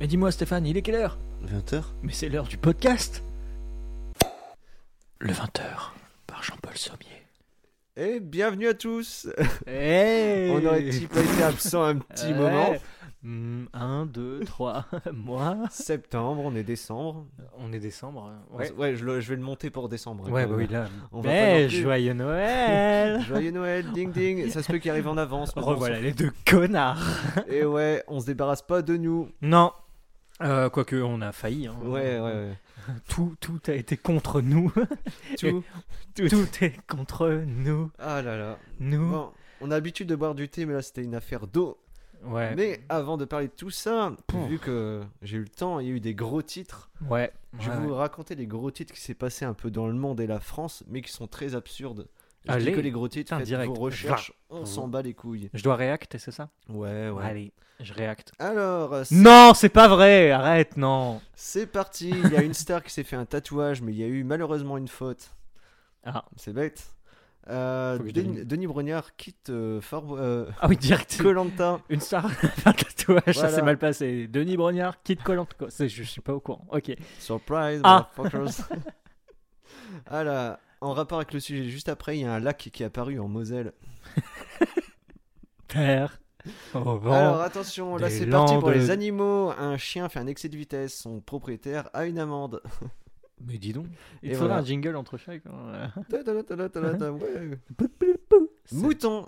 Mais dis-moi Stéphane, il est quelle heure? 20h. Mais c'est l'heure du podcast. Le 20h par Jean-Paul Sommier. Et bienvenue à tous. Hey On n'aurait-il pas été absent un petit moment. 1, 2, 3 mois. Septembre, on est décembre. On est décembre. Ouais, je vais le monter pour décembre. Ouais, quand bah même. oui, là. On va pas non plus. Joyeux Noël. Joyeux Noël, ding ding. Ça se peut qu'il arrive en avance. mais bon, Revoilà les deux connards. Et ouais, on se débarrasse pas de nous. Non. Quoique, on a failli. Hein. Ouais. Tout a été contre nous. Tout. Tout est contre nous. Ah là là. Nous. Bon, on a l'habitude de boire du thé, mais là c'était une affaire d'eau. Ouais. Mais avant de parler de tout ça, vu que j'ai eu le temps, il y a eu des gros titres. Ouais. Je vais vous raconter les gros titres qui s'est passé un peu dans le monde et la France, mais qui sont très absurdes. Je Allez. dis que les gros titres, faites Direct. vos recherches, on s'en bat les couilles. Je dois réacter, c'est ça? Ouais. Allez, je réacte. Alors, Non, c'est pas vrai. Arrête, non. c'est parti. Il y a une star qui s'est fait un tatouage, mais il y a eu malheureusement une faute. Ah. C'est bête. Faut que je devine. Denis Brognard quitte Ah oui, direct. Koh-Lanta. Une star, un tatouage, ça Voilà. s'est mal passé. Denis Brognard quitte Koh-Lanta. Je suis pas au courant. Ok. Surprise, Ah. motherfuckers. Voilà. En rapport avec le sujet, juste après, il y a un lac qui est apparu en Moselle. Père. Au vent. Alors attention, là des c'est parti pour landes. les animaux. Un chien fait un excès de vitesse, son propriétaire a une amende. Mais dis donc. Il Et faudra voilà. un jingle entre chaque. Hein. Ouais. Moutons.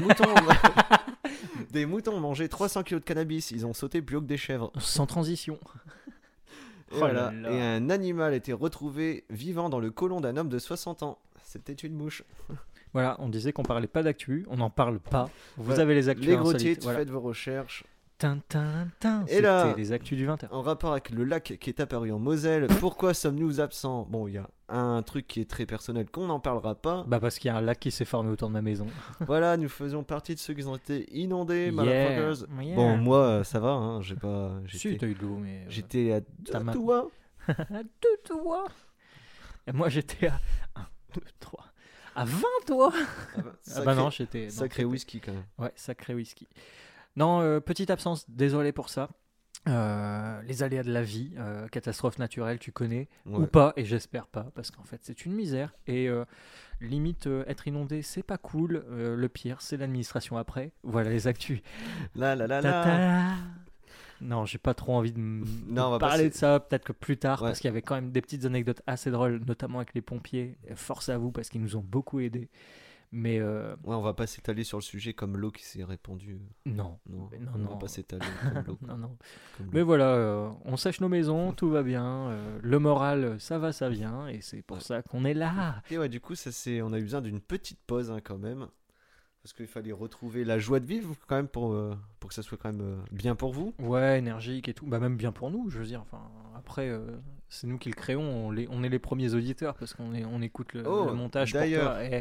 Des moutons ont mangé 300 kg de cannabis. Ils ont sauté plus haut que des chèvres. Sans transition. Et, Oh voilà. là là. Et un animal a été retrouvé vivant dans le côlon d'un homme de 60 ans. C'était une mouche. Voilà, on disait qu'on parlait pas d'actu. On n'en parle pas. Vous Voilà. avez les actus Les gros insolites. titres, Voilà. faites vos recherches. Tin. Et là- C'était les actus du 20h. En rapport avec le lac qui est apparu en Moselle, pourquoi sommes-nous absents? Bon, il y a un truc qui est très personnel qu'on n'en parlera pas. Bah parce qu'il y a un lac qui s'est formé autour de ma maison. Voilà, nous faisons partie de ceux qui ont été inondés, Yeah. motherfuckers. Yeah. Bon, moi, ça va, hein, j'ai pas... Si, t'as eu de l'eau, mais. J'étais à ta main. deux doigts. À 2 doigts. Et moi j'étais à 1, 2, 3. À 20 doigts. Ah bah non, j'étais. non, Sacré c'était- whisky quand même. Ouais, sacré whisky. Non, petite absence, désolé pour ça. Les aléas de la vie, catastrophe naturelle, tu connais ou Ouais. pas, et j'espère pas, parce qu'en fait c'est une misère. Et limite, être inondé, c'est pas cool. Le pire, c'est l'administration après. Voilà les actus. Là. Ta-ta. Non, j'ai pas trop envie de Non, on va parler passer- de ça, peut-être que plus tard, Ouais. parce qu'il y avait quand même des petites anecdotes assez drôles, notamment avec les pompiers. Force à vous, parce qu'ils nous ont beaucoup aidés. Mais Ouais, on va pas s'étaler sur le sujet comme l'eau qui s'est répandue. non. Non, Mais non, on non. va pas s'étaler comme l'eau. Non. comme l'eau. Mais voilà, on sèche nos maisons, tout va bien. Le moral, ça va, ça vient. Et c'est pour Ouais. ça qu'on est là. Et ouais, du coup, on a eu besoin d'une petite pause hein, quand même. Parce qu'il fallait retrouver la joie de vivre quand même pour que ça soit quand même bien pour vous. Ouais, énergique et tout. Bah, même bien pour nous, je veux dire. Enfin, après, c'est nous qui le créons. On est les premiers auditeurs parce on écoute le montage pour d'ailleurs, toi.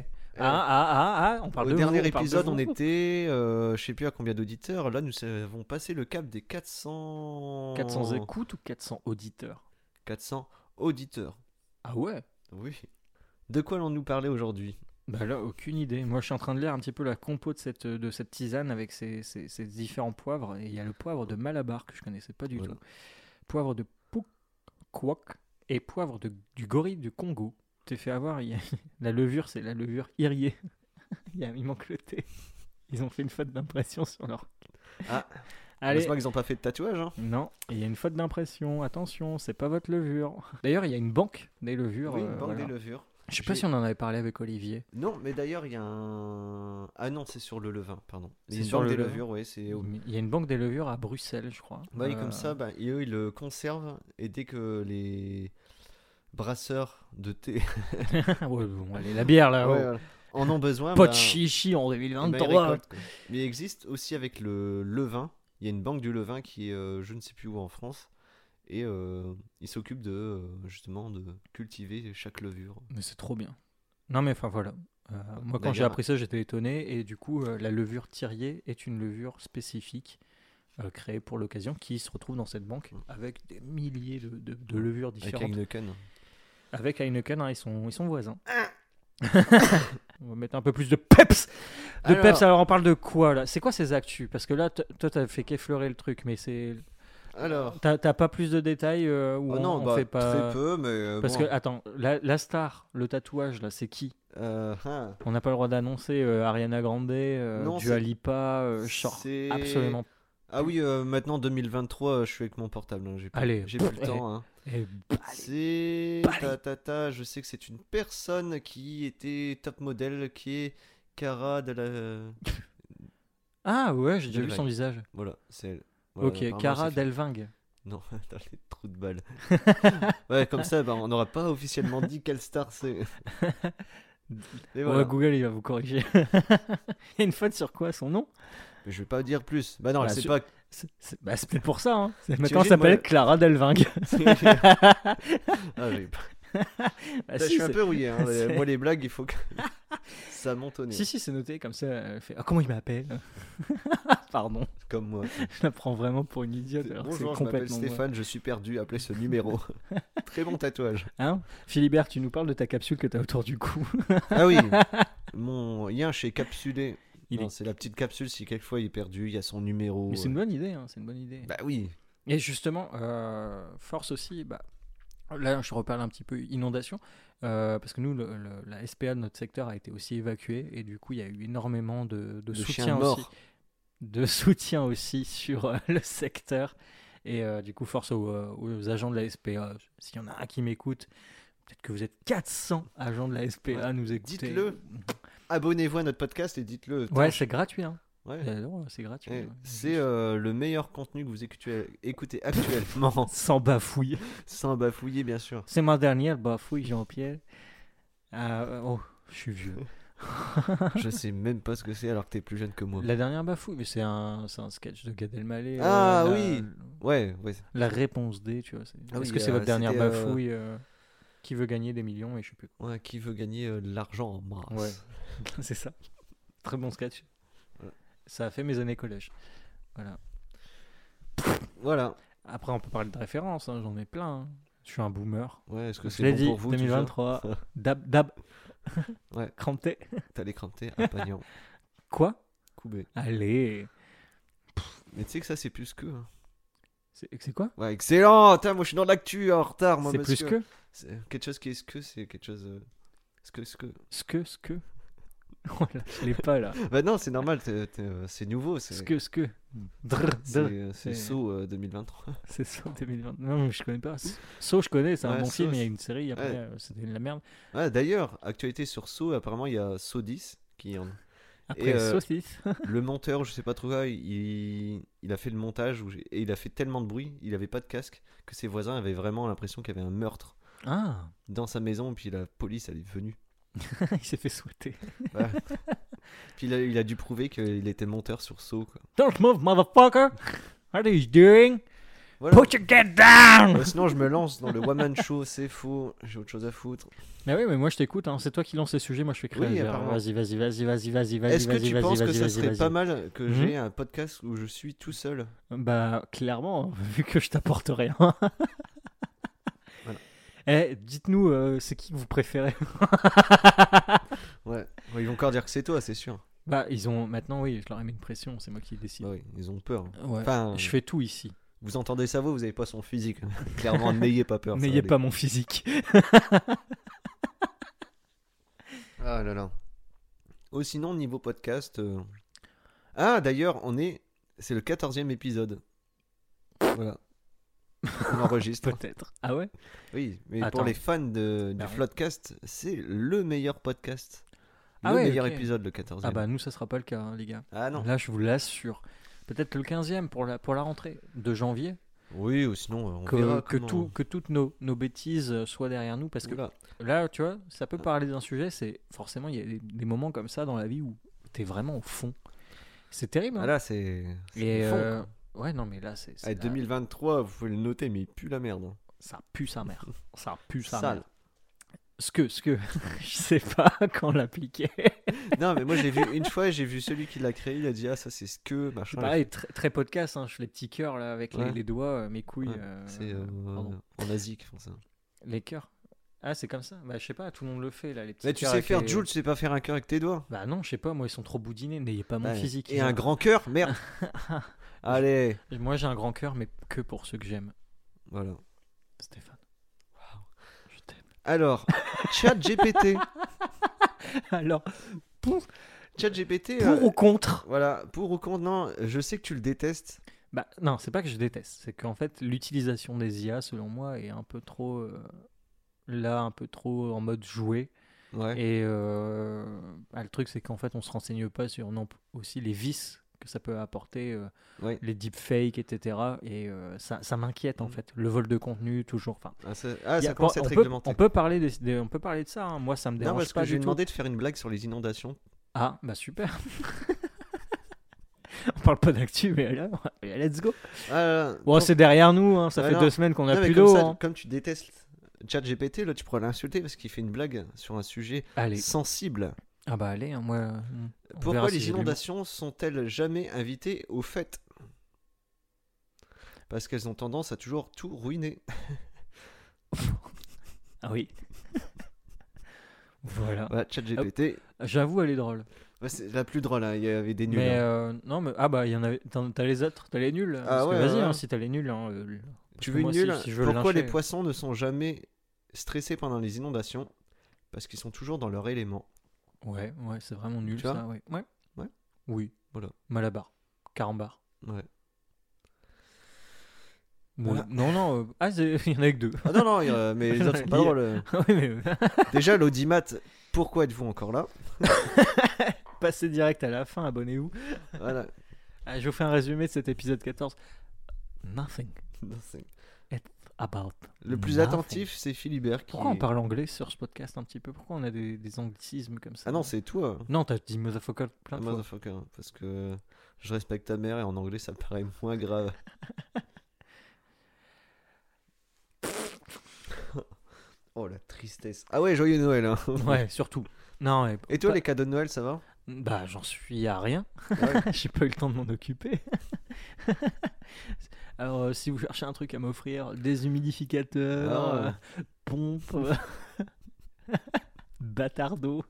On parle Au de dernier vous, on parle de épisode, vous. on était, je sais plus à combien d'auditeurs. Là, nous avons passé le cap des 400... 400 écoutes ou 400 auditeurs? 400 auditeurs. Ah ouais? Oui. De quoi allons-nous parler aujourd'hui? Bah là, aucune idée. Moi, je suis en train de lire un petit peu la compo de cette tisane avec ces différents poivres. Et il y a le poivre de Malabar que je connaissais pas du Voilà. tout. Poivre de Pukwak et poivre du gorille du Congo. T'es fait avoir. La levure, c'est la levure Irié. Il manque le thé. Ils ont fait une faute d'impression sur leur. Ah, Allez. heureusement qu'ils n'ont pas fait de tatouage. Hein. Non, il y a une faute d'impression. Attention, c'est pas votre levure. D'ailleurs, il y a une banque des levures. Oui, une banque voilà. des levures. Je sais pas si on en avait parlé avec Olivier. Non, mais d'ailleurs, il y a un... Ah non, c'est sur le levain, pardon. C'est Une sur banque le des levain. levures, oui, c'est... Il y a une banque des levures à Bruxelles, je crois. Bah, et comme ça, bah, eux, ils le conservent. Et dès que les brasseurs de thé Ouais, bon, allez, la bière là. ouais, oh. voilà, en ont besoin, Pas bah, de chichi en bah, ils 2023. récoltent, quoi. Mais il existe aussi avec le levain. Il y a une banque du levain qui est je ne sais plus où en France. Et ils s'occupent de justement de cultiver chaque levure. Mais c'est trop bien. Non mais enfin voilà. Moi quand j'ai D'ailleurs- appris ça j'étais étonné et du coup la levure Thirier est une levure spécifique créée pour l'occasion qui se retrouve dans cette banque avec des milliers de levures Avec différentes. Heineken. Avec Heineken, hein, ils sont voisins. On va mettre un peu plus de peps. Alors on parle de quoi là? C'est quoi ces actus? Parce que là, toi, t'as fait qu'effleurer le truc, mais c'est Alors, T'as pas plus de détails où oh non, on bah, fait pas. très peu, mais Parce bon. que, attends, la star, le tatouage, là, c'est qui? Hein. On n'a pas le droit d'annoncer Ariana Grande, Non, Dua c'est- Lipa, genre c'est... absolument. Ah oui, maintenant 2023, je suis avec mon portable. Hein, Allez, j'ai plus le temps. Hein. Et C'est... Allez. Je sais que c'est une personne qui était top modèle, qui est Cara de la... Ah ouais, j'ai déjà vu Delvague. son visage. Voilà, c'est elle. Voilà, Ok, apparemment, Cara c'est fait. Delvingue. Non, dans les trous de balles. Ouais, comme ça, bah, on n'aura pas officiellement dit quelle star c'est. Et Ouais, voilà. Google, il va vous corriger. Il y a une faute sur quoi? Son nom? Mais je vais pas dire plus. Bah non, Bah, elle sait sur- pas. Bah, c'est peut-être pour ça. Hein. Maintenant, T'imagines, elle s'appelle moi- Clara Delvingue. Ah, j'ai- Bah, je si, suis un c'est- peu rouillé. Hein. c'est- Moi, les blagues, il faut que ça monte au nez. Si, c'est noté comme ça. Elle fait, ah, comment il m'appelle? Pardon, Comme moi. je la prends vraiment pour une idiote. Alors que Bonjour, c'est je m'appelle complètement moi. Stéphane, je suis perdu. Appelez ce numéro. Très bon tatouage. Hein Philibert, tu nous parles de ta capsule que t'as autour du cou. Ah oui, mon lien chez Capsulé. Il Non, est- c'est la petite capsule si quelquefois il est perdu, il y a son numéro. Mais c'est une bonne idée, hein, c'est une bonne idée. Bah oui. Et justement, force aussi, bah, là je reparle un petit peu inondation, parce que nous, la SPA de notre secteur a été aussi évacuée, et du coup il y a eu énormément de De soutien chiens aussi, morts. de soutien aussi sur le secteur. Et du coup, force aux agents de la SPA. S'il y en a un qui m'écoute, peut-être que vous êtes 400 agents de la SPA à Ouais. nous écouter. Dites-le. Abonnez-vous à notre podcast et dites-le. Ouais, Putain, c'est gratuit. Hein. ouais. Alors, c'est gratuit. Eh, ouais. c'est le meilleur contenu que vous écoutez actuellement, Sans bafouille. sans bafouiller bien sûr. C'est ma dernière bafouille, Jean-Pierre. Oh, je suis vieux. Je sais même pas ce que c'est alors que t'es plus jeune que moi. La dernière bafouille, mais c'est un sketch de Gad Elmaleh. Ah la- oui. Ouais, ouais. La réponse D, tu vois. Ah Est-ce oui, que c'est votre dernière c'était, bafouille qui veut gagner des millions et je sais plus. Ouais, qui veut gagner de l'argent en masse. Ouais. C'est ça. Très bon sketch. Ouais. Ça a fait mes années collège. Voilà. Voilà. Après, on peut parler de références, hein, j'en ai plein. Hein. Je suis un boomer. Ouais, est-ce que Je c'est l'ai bon dit, pour vous 2023. Dab. Ouais. Cranté. T'allais cranter à Pagnan. Quoi? Coubé. Allez. Mais tu sais que ça c'est plus que. Hein. C'est quoi? Ouais, excellent. Putain, moi je suis dans l'actu en retard, moi. C'est plus monsieur. que? C'est quelque chose qui est ce que, c'est quelque chose. Ce que. Ce que. Oh là, je l'ai pas là. Bah non, c'est normal, c'est nouveau. C'est Ce que. Drr, drr. c'est c'est- Saut 2023. C'est ça, 2020. Non, mais je connais pas. So, je connais, c'est un Ouais, bon Saw, film, il y a une série, après, ouais. c'était de la merde. Ouais, d'ailleurs, actualité sur Saut, apparemment il y a Saut 10 qui en. Après, Et, saucisse. Le monteur, je sais pas trop quoi, il a fait le montage et il a fait tellement de bruit, il avait pas de casque, que ses voisins avaient vraiment l'impression qu'il y avait un meurtre Ah, dans sa maison, puis la police elle est venue. il s'est fait souhaiter. Ouais. Puis il a dû prouver qu'il était monteur sur Saut, quoi. Don't move, motherfucker! What are you doing? Voilà. Put your get down! Sinon, je me lance dans le one-man show, c'est faux, j'ai autre chose à foutre. Mais oui, mais moi je t'écoute, hein. C'est toi qui lance les sujets, moi je fais créer. Oui, apparemment. Vas-y. Est-ce que tu penses que ça serait pas mal que Mhm. j'ai un podcast où je suis tout seul? Bah, clairement, vu que je t'apporte rien. Voilà. Eh, dites-nous, c'est qui que vous préférez? Ouais, ils vont encore dire que c'est toi, c'est sûr. Bah, ils ont. Maintenant, oui, je leur ai mis une pression, c'est moi qui décide. Bah oui, ils ont peur. Ouais. Enfin, Je fais tout ici. vous entendez sa voix, vous avez pas son physique. Clairement, n'ayez pas peur. ça N'ayez va pas mon physique. Ah là là. Oh, sinon, niveau podcast. Ah, d'ailleurs, c'est le 14e épisode. Voilà. On enregistre. Peut-être. Ah ouais? Oui, mais Attends. pour les fans du Bah oui. Floodcast, c'est le meilleur podcast. Ah Le ouais, meilleur ok. épisode, le 14e. Ah bah nous ça sera pas le cas hein, les gars. Ah non. Là je vous l'assure. Peut-être le 15e pour la rentrée de janvier. Oui, ou sinon, on verra Que, comment- que toutes nos bêtises soient derrière nous. Parce que Oula. là tu vois, ça peut parler d'un sujet, c'est forcément il y a des moments comme ça dans la vie où t'es vraiment au fond. C'est terrible. Hein. Ah là, c'est Et le fond, quoi. ouais non mais là c'est Ah, 2023, vous pouvez le noter, mais il pue la merde. Hein. ça pue sa mère. Ça pue sa Sale. mère. Ce que je sais pas quand l'appliquer. Non, mais moi, j'ai vu une fois, j'ai vu celui qui l'a créé, il a dit, ah, ça, c'est ce que, machin. C'est pareil, très podcast, hein, je fais les petits cœurs là avec Ouais. les doigts, mes couilles. Ouais, c'est pardon. en Asie qu'ils font ça. Les cœurs. Ah, c'est comme ça. Bah, je sais pas, tout le monde le fait là. Les petits Mais tu cœurs sais avec faire, les- Jules, tu sais pas faire un cœur avec tes doigts. Bah non, je sais pas, moi ils sont trop boudinés. N'ayez pas mon Ouais. physique. Et un grand cœur, merde. Allez, Moi, j'ai un grand cœur, mais que pour ceux que j'aime. voilà. Stéphane. Je t'aime. Alors, ChatGPT. Alors, pour ChatGPT, ou contre? voilà, pour ou contre, non, je sais que tu le détestes. Bah, non, c'est pas que je déteste. C'est qu'en fait, l'utilisation des IA, selon moi, est un peu trop. Là, un peu trop en mode jouet. Ouais. Et le truc, c'est qu'en fait, on se renseigne pas sur aussi les vices que ça peut apporter, Ouais. les deepfakes, etc. Et ça m'inquiète, en Mm. fait. Le vol de contenu, toujours. Enfin, Ça commence à être on réglementé. peut parler on peut parler de ça, hein. Moi, ça me Non, dérange parce pas que du j'ai tout. demandé de faire une blague sur les inondations. Ah, bah super. On parle pas d'actu, mais là, let's go. Bon, Bon, c'est derrière nous, hein. Ça Ouais, fait non. 2 semaines qu'on a non, mais plus comme d'eau. ça, Hein. comme tu détestes ChatGPT, là, tu pourrais l'insulter parce qu'il fait une blague sur un sujet Allez. sensible. Ah bah allez, hein, moi. On Pourquoi verra si les j'ai de l'humour. inondations sont-elles jamais invitées aux fêtes? Parce qu'elles ont tendance à toujours tout ruiner. Ah oui. Voilà. Voilà, ChatGPT, J'avoue, elle est drôle. c'est la plus drôle, hein. Il y avait des nuls. Mais hein. non, mais ah bah il y en avait. T'as les autres, t'as les nuls. Ah Parce que ouais, vas-y, ouais. hein, si t'as les nuls. Hein, parce Tu que veux une moi, nulle? si je veux le Pourquoi les lyncher. poissons ne sont jamais stressés pendant les inondations? Parce qu'ils sont toujours dans leur élément. Ouais, c'est vraiment nul Tu vois ça. Ouais. Ouais. Oui. Voilà. Malabar. Carambar. Ouais. Bon, Voilà. non. Il y en a que 2. Ah non, mais les autres sont pas Lire. drôles. oui, mais Déjà, l'audimat, pourquoi êtes-vous encore là? passez direct à la fin, abonnez-vous. Voilà. Je vous fais un résumé de cet épisode 14. Nothing C'est- about. Le plus nothing. attentif, c'est Philibert. Pourquoi on parle anglais sur ce podcast un petit peu? Pourquoi on a des anglicismes comme ça? Ah non, c'est toi, Non, t'as dit motherfucker plein de fois. motherfucker. Parce que je respecte ta mère et en anglais, ça me paraît moins grave. Oh la tristesse. Ah ouais, joyeux Noël. Hein. Ouais, surtout. Non, Et toi, pas- les cadeaux de Noël, ça va? Bah, j'en suis à rien. Ouais. J'ai pas eu le temps de m'en occuper. Alors, si vous cherchez un truc à m'offrir, déshumidificateur, Ah. pompe, bâtard d'eau,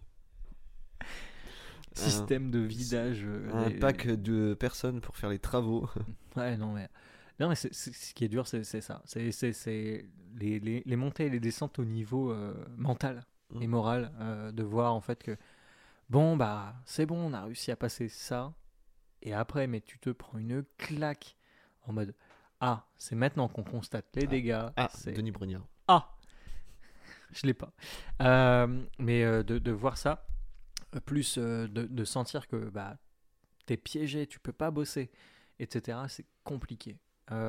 système de vidage. Un pack de personnes pour faire les travaux. Ouais, non, mais ce qui est dur, c'est ça. C'est les montées et les descentes au niveau mental et moral, de voir en fait que bon, bah, c'est bon, on a réussi à passer ça. Et après, mais tu te prends une claque en mode ah, c'est maintenant qu'on constate les dégâts. Ah, c'est Denis Brognard. ah, je l'ai pas. Mais de voir ça, plus de sentir que bah t'es piégé, tu peux pas bosser, etc. C'est compliqué.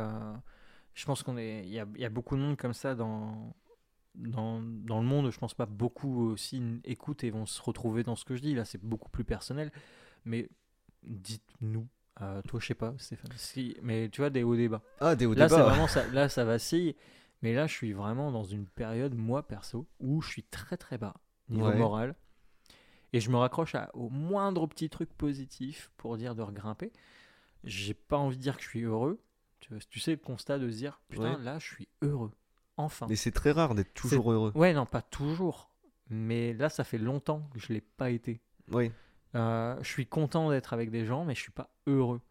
Je pense il y a beaucoup de monde comme ça dans le monde. Je pense pas beaucoup aussi écoutent et vont se retrouver dans ce que je dis. Là, c'est beaucoup plus personnel. Mais dites-nous. Toi, je sais pas, Stéphane. Mais tu vois, des hauts débats. Ah, des hauts Là, c'est débats. vraiment ça. Là, ça vacille. Mais là, je suis vraiment dans une période, moi, perso, où je suis très très bas niveau Ouais. moral. Et je me raccroche au moindre petit truc positif pour dire de regrimper. J'ai pas envie de dire que je suis heureux. Tu sais, le constat de se dire, putain, Ouais. là, je suis heureux. Enfin. Mais c'est très rare d'être toujours heureux. Ouais, non, pas toujours. Mais là, ça fait longtemps que je l'ai pas été. Oui. Je suis content d'être avec des gens, mais je suis pas heureux.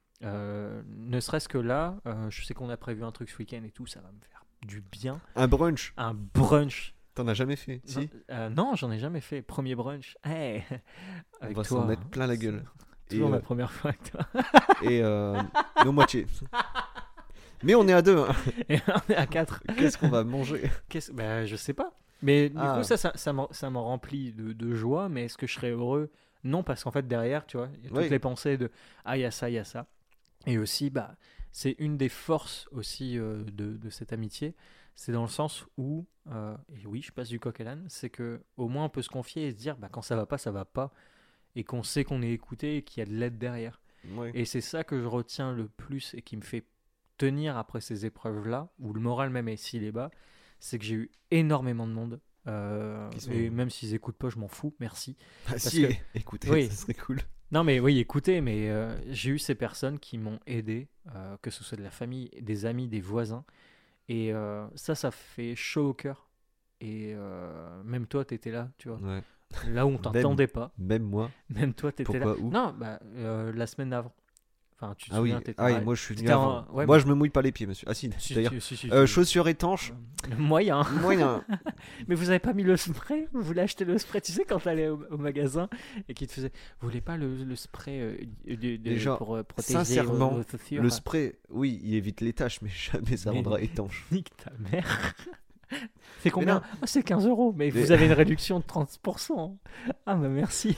Ne serait-ce que là, je sais qu'on a prévu un truc ce week-end et tout, ça va me faire du bien. Un brunch. Un brunch. T'en as jamais fait? Si. Non, j'en ai jamais fait. Premier brunch. Hey, On avec va toi. s'en mettre plein la gueule. C'est toujours Et, ma première fois avec toi. Et nos moitiés. Mais on est à deux. Hein. Et on est à 4. Qu'est-ce qu'on va manger? Bah, je sais pas. Mais du Ah. coup, ça m'en remplit de joie. Mais est-ce que je serais heureux? Non, parce qu'en fait, derrière, tu vois, il y a toutes Oui. les pensées de ah, il y a ça, il y a ça. Et aussi, bah, c'est une des forces aussi de cette amitié. C'est dans le sens où, et oui, je passe du coq à l'âne, c'est que au moins on peut se confier et se dire, bah, quand ça va pas, ça va pas. Et qu'on sait qu'on est écouté et qu'il y a de l'aide derrière. Oui. Et c'est ça que je retiens le plus et qui me fait tenir après ces épreuves-là, où le moral même est s'il est bas, c'est que j'ai eu énormément de monde. Et même s'ils écoutent pas, je m'en fous, merci. Ah, si, que- écoutez, oui. ça serait cool. Non mais oui, écoutez, mais j'ai eu ces personnes qui m'ont aidé, que ce soit de la famille, des amis, des voisins. Et ça fait chaud au cœur. Et même toi, t'étais là, tu vois. Ouais. Là où on t'entendait pas. Même moi. Même toi, t'étais là. Pourquoi? Où? Non, bah, la semaine d'avant. Enfin, tu te Ah oui, souviens, t'étais ah oui, arrivé- moi je suis venu t'étais avant. ouais, Moi je me mouille pas les pieds, monsieur. Ah si, si, d'ailleurs. si, Chaussures étanches, moyen. moyen. Mais vous avez pas mis le spray? Vous voulez acheter le spray? Tu sais, quand t'allais au magasin et qu'ils te faisaient, vous voulez pas le spray Déjà, pour protéger sincèrement, vos chaussures? Le spray, oui, il évite les taches, mais jamais ça Mais- rendra étanche. Nique ta mère. C'est combien? non. Ah, c'est 15 euros. Mais Mais- vous avez une réduction de 30%. Ah, bah merci.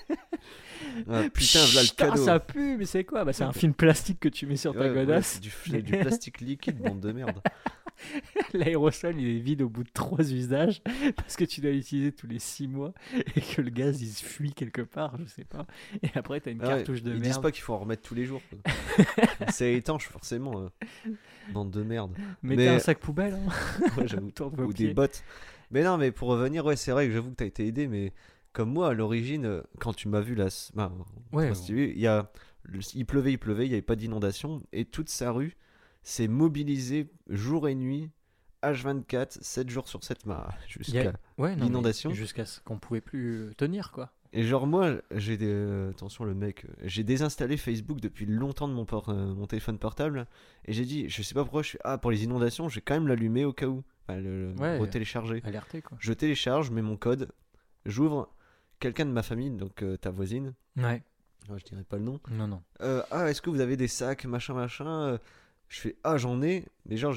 Ah, putain, voilà le Putain, cadeau. ça pue, mais c'est quoi? Bah, c'est un film plastique que tu mets sur ta Ouais, godasse. c'est du plastique liquide, bande de merde. L'aérosol, il est vide au bout de 3 usages parce que tu dois l'utiliser tous les 6 mois et que le gaz, il se fuit quelque part, je sais pas. Et après, t'as une Ah ouais, cartouche de ils merde. disent pas qu'il faut en remettre tous les jours. quoi. C'est étanche, forcément. Bande de merde. Mettez mais- un sac poubelle hein, Ouais, j'avoue. autour de vos Ou pieds. des bottes. Mais non, mais pour revenir, ouais, c'est vrai que j'avoue que t'as été aidé, mais comme moi, à l'origine, quand tu m'as vu là, Ouais, quand tu vu, il pleuvait, il y avait pas d'inondation, et toute sa rue s'est mobilisée jour et nuit, H24, 7 jours sur 7, jusqu'à... Ouais, non, mais l'inondation. jusqu'à ce qu'on pouvait plus tenir, quoi. Et genre moi, attention le mec, j'ai désinstallé Facebook depuis longtemps de mon téléphone portable, et j'ai dit, je sais pas pourquoi, pour les inondations, je vais quand même l'allumer au cas où, enfin, Ouais. retélécharger. Alerté, quoi. Je télécharge, je mets mon code, j'ouvre, quelqu'un de ma famille, donc ta voisine, Ouais, je dirais pas le nom, non. est-ce que vous avez des sacs, machin, je fais, j'en ai, mais genre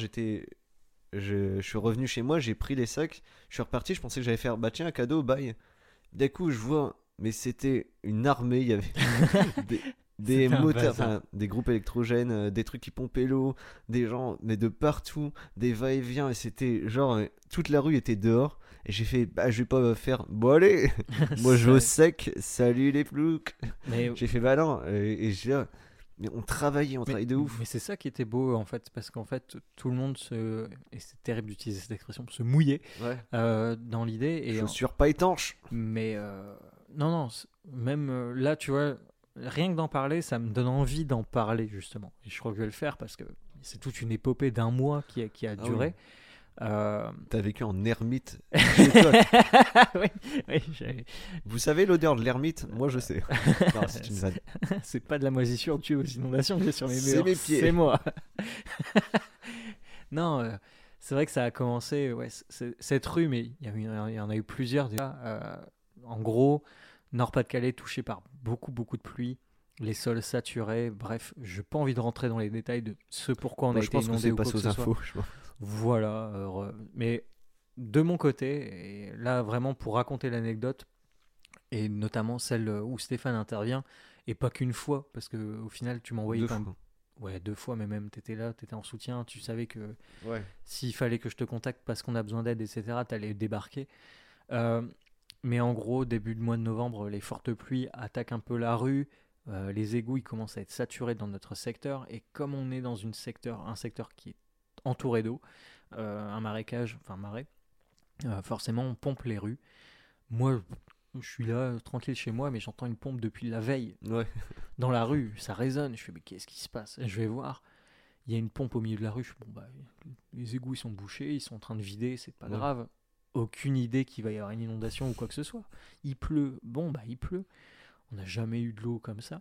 je suis revenu chez moi, j'ai pris les sacs, je suis reparti, je pensais que j'allais faire, bah tiens, un cadeau, bye. D'un coup, je vois, mais c'était une armée, il y avait des C'était un moteurs, bazar. enfin, des groupes électrogènes, des trucs qui pompaient l'eau, des gens, mais de partout, des va-et-vient, et c'était genre, toute la rue était dehors, et j'ai fait, bah je vais pas faire, bon allez, moi je vais au sec, salut les ploucs. Mais, J'ai fait, bah non, et j'ai mais on travaillait de ouf. mais c'est ça qui était beau, en fait, parce qu'en fait, tout le monde et c'est terrible d'utiliser cette expression, se mouillait Ouais. dans l'idée. Et Chaussures pas étanches. Mais non, même là, tu vois, rien que d'en parler, ça me donne envie d'en parler, justement. Et je crois que je vais le faire parce que c'est toute une épopée d'un mois qui a duré. T'as vécu en ermite chez toi. Oui, j'avais- Vous savez l'odeur de l'ermite? Moi je sais. Non, c'est une vanne. c'est pas de la moisissure due aux inondations que j'ai sur mes C'est murs, mes pieds. c'est moi. Non, c'est vrai que ça a commencé, ouais, cette rue, mais il y en a eu plusieurs déjà. En gros, Nord-Pas-de-Calais touché par beaucoup de pluie, les sols saturés, bref, j'ai pas envie de rentrer dans les détails de ce pourquoi on Moi, a je été pense que inondé c'est ou quoi passé que aux ce soit. infos. je pense. Voilà, mais de mon côté, et là vraiment pour raconter l'anecdote, et notamment celle où Stéphane intervient, et pas qu'une fois, parce que au final tu m'envoyais Deux quand même. fois. Ouais, 2 fois, mais même t'étais là, t'étais en soutien, tu savais que Ouais. s'il fallait que je te contacte parce qu'on a besoin d'aide, etc., t'allais débarquer. Euh, mais en gros, début de mois de novembre, les fortes pluies attaquent un peu la rue. Les égouts ils commencent à être saturés dans notre secteur. Et comme on est dans un secteur qui est entouré d'eau, un marécage, enfin marais, forcément on pompe les rues. Moi, je suis là, tranquille chez moi, mais j'entends une pompe depuis la veille Ouais. dans la rue. Ça résonne. Je fais, mais qu'est-ce qui se passe? Je vais voir. Il y a une pompe au milieu de la rue. Je fais, bon, bah, les égouts ils sont bouchés, ils sont en train de vider, c'est pas Ouais. grave. Aucune idée qu'il va y avoir une inondation ou quoi que ce soit. Il pleut. Bon, bah, il pleut. On n'a jamais eu de l'eau comme ça.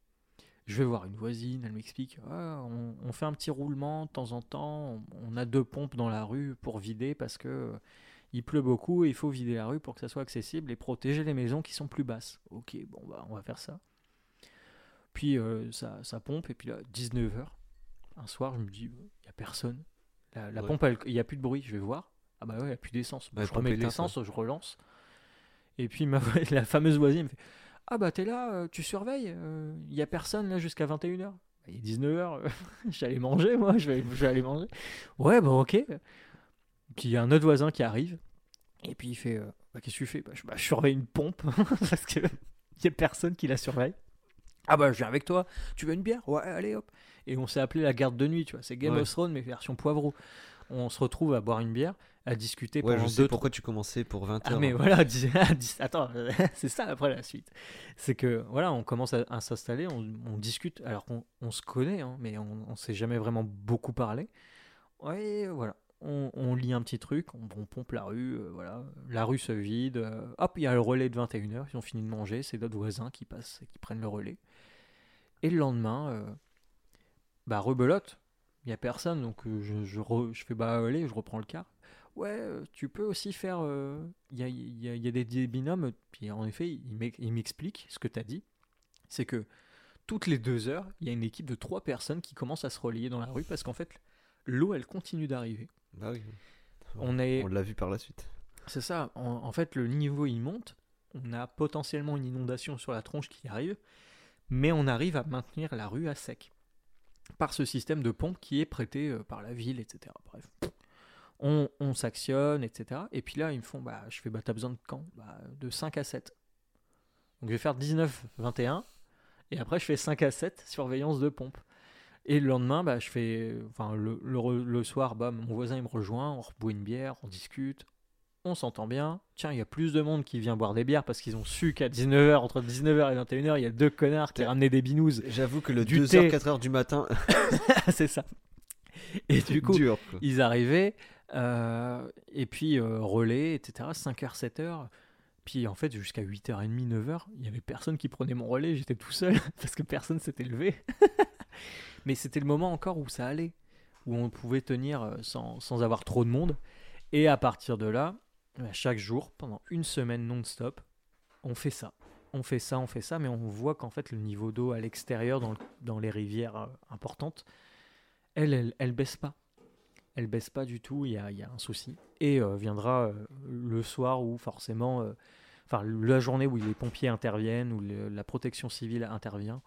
Je vais voir une voisine, elle m'explique, ah, on fait un petit roulement de temps en temps, on a 2 pompes dans la rue pour vider parce que il pleut beaucoup et il faut vider la rue pour que ça soit accessible et protéger les maisons qui sont plus basses. Ok, bon bah on va faire ça. Puis ça pompe et puis là 19h, un soir je me dis, il n'y a personne. La Ouais. pompe, il n'y a plus de bruit, je vais voir. Ah bah ouais, il n'y a plus d'essence. Bon, Ouais, je remets de pompe l'essence, je relance. Et puis la fameuse voisine me fait, ah bah t'es là, tu surveilles, il y a personne là jusqu'à 21h. Il est 19h, j'allais manger moi, je vais aller manger. Ouais bah ok. Puis il y a un autre voisin qui arrive, et puis il fait, bah qu'est-ce que tu fais? Je surveille une pompe, parce que il y a personne qui la surveille. Ah bah je viens avec toi, tu veux une bière? Ouais allez hop. Et on s'est appelé la garde de nuit, tu vois, c'est Game Ouais. of Thrones mais version poivreau. On se retrouve à boire une bière, à discuter Ouais, pendant je sais 2-3 pourquoi tu commençais pour 20h. ah mais voilà, attends, c'est ça après la suite. C'est que voilà, on commence à s'installer, on discute, alors qu'on se connaît, hein, mais on s'est jamais vraiment beaucoup parlé. Ouais, voilà, on lit un petit truc, on pompe la rue, voilà, la rue se vide, hop, il y a le relais de 21h, ils ont fini de manger, c'est d'autres voisins qui passent et qui prennent le relais. Et le lendemain, rebelote, il n'y a personne, donc je fais bah allez, je reprends le car. Ouais, tu peux aussi faire. Il y a des binômes, puis en effet, il m'explique ce que tu as dit. C'est que toutes les 2 heures, il y a une équipe de 3 personnes qui commencent à se relayer dans la rue parce qu'en fait, l'eau, elle continue d'arriver. Bah oui. On est, On l'a vu par la suite. c'est ça, en fait, le niveau il monte. On a potentiellement une inondation sur la tronche qui arrive, mais on arrive à maintenir la rue à sec par ce système de pompe qui est prêté par la ville, etc. Bref, on s'actionne, etc. Et puis là, ils me font, je fais, t'as besoin de quand De 5 à 7. Donc je vais faire 19-21, et après je fais 5 à 7, surveillance de pompe. Et le lendemain, je fais, le soir, mon voisin il me rejoint, on boit une bière, on discute, on s'entend bien. Tiens, il y a plus de monde qui vient boire des bières parce qu'ils ont su qu'à 19h, entre 19h et 21h, il y a 2 connards qui ramenaient des binous. J'avoue que le Du 2h, thé. 4h du matin, C'est ça. Et du coup, dur, quoi. ils arrivaient, et puis relais, etc., 5h, 7h. Puis en fait, jusqu'à 8h30, 9h, il n'y avait personne qui prenait mon relais, j'étais tout seul parce que personne s'était levé. Mais c'était le moment encore où ça allait, où on pouvait tenir sans avoir trop de monde. Et à partir de là, chaque jour, pendant une semaine non-stop, on fait ça. On fait ça, mais on voit qu'en fait, le niveau d'eau à l'extérieur, dans les rivières importantes, elle baisse pas. Elle baisse pas du tout, il y a un souci. Et viendra le soir où forcément, la journée où les pompiers interviennent, où la protection civile intervient,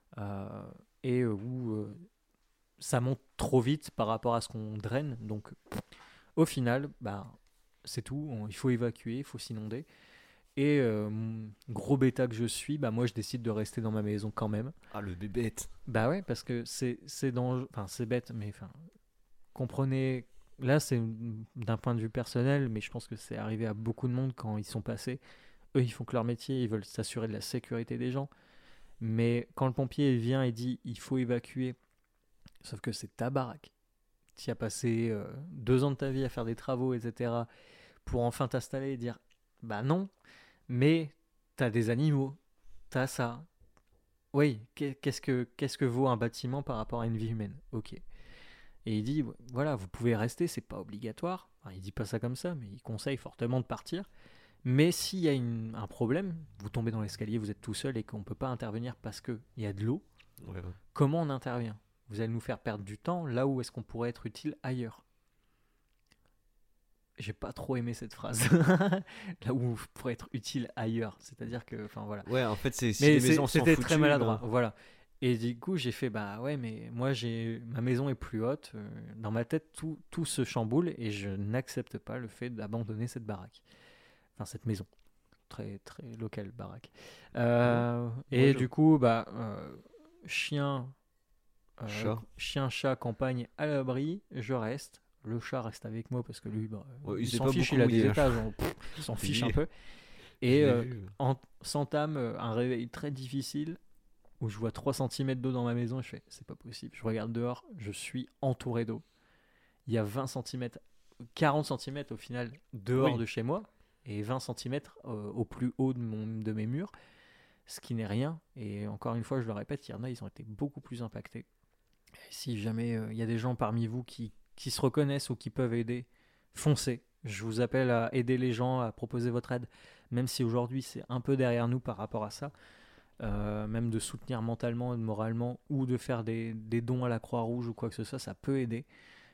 et où ça monte trop vite par rapport à ce qu'on draine. Donc au final, c'est tout, il faut évacuer, il faut s'inonder. Et gros bêta que je suis, moi je décide de rester dans ma maison quand même. Ah, le bébête. Bah ouais, parce que c'est c'est bête, mais comprenez, là c'est d'un point de vue personnel, mais je pense que c'est arrivé à beaucoup de monde quand ils sont passés. Eux, ils font que leur métier, ils veulent s'assurer de la sécurité des gens. Mais quand le pompier vient et dit il faut évacuer, sauf que c'est ta baraque. Tu as passé 2 ans de ta vie à faire des travaux, etc., pour enfin t'installer et dire non, mais t'as des animaux, t'as ça. Oui, qu'est-ce que vaut un bâtiment par rapport à une vie humaine? Ok. Et il dit, voilà, vous pouvez rester, c'est pas obligatoire. Enfin, il dit pas ça comme ça, mais il conseille fortement de partir. Mais s'il y a un problème, vous tombez dans l'escalier, vous êtes tout seul et qu'on peut pas intervenir parce qu'il y a de l'eau, Ouais. comment on intervient? Vous allez nous faire perdre du temps là où est-ce qu'on pourrait être utile ailleurs. J'ai pas trop aimé cette phrase. Là où je pourrais être utile ailleurs. C'est-à-dire que, voilà. Ouais, en fait, si Mais les maisons sont c'était foutues, très maladroit, voilà. Et du coup, j'ai fait, ouais, mais moi, ma maison est plus haute. Dans ma tête, tout se chamboule et je n'accepte pas le fait d'abandonner cette baraque. Enfin, cette maison. Très, très locale, baraque. Et du coup, chien, chat, campagne à l'abri, je reste. Le chat reste avec moi parce que lui, Ouais, il s'est s'en pas fiche, beaucoup il a des mouillé, hein. étages, il s'en fiche un peu. Et Je l'ai vu. s'entame un réveil très difficile où je vois 3 cm d'eau dans ma maison et je fais, c'est pas possible. Je regarde dehors, je suis entouré d'eau. Il y a 20 cm, 40 cm au final dehors de chez moi et 20 cm au plus haut de mes murs, ce qui n'est rien. Et encore une fois, je le répète, il y en a, ils ont été beaucoup plus impactés. Et si jamais il y a des gens parmi vous qui se reconnaissent ou qui peuvent aider, foncez. Je vous appelle à aider les gens, à proposer votre aide, même si aujourd'hui c'est un peu derrière nous par rapport à ça. Même de soutenir mentalement, moralement, ou de faire des dons à la Croix-Rouge ou quoi que ce soit, ça peut aider.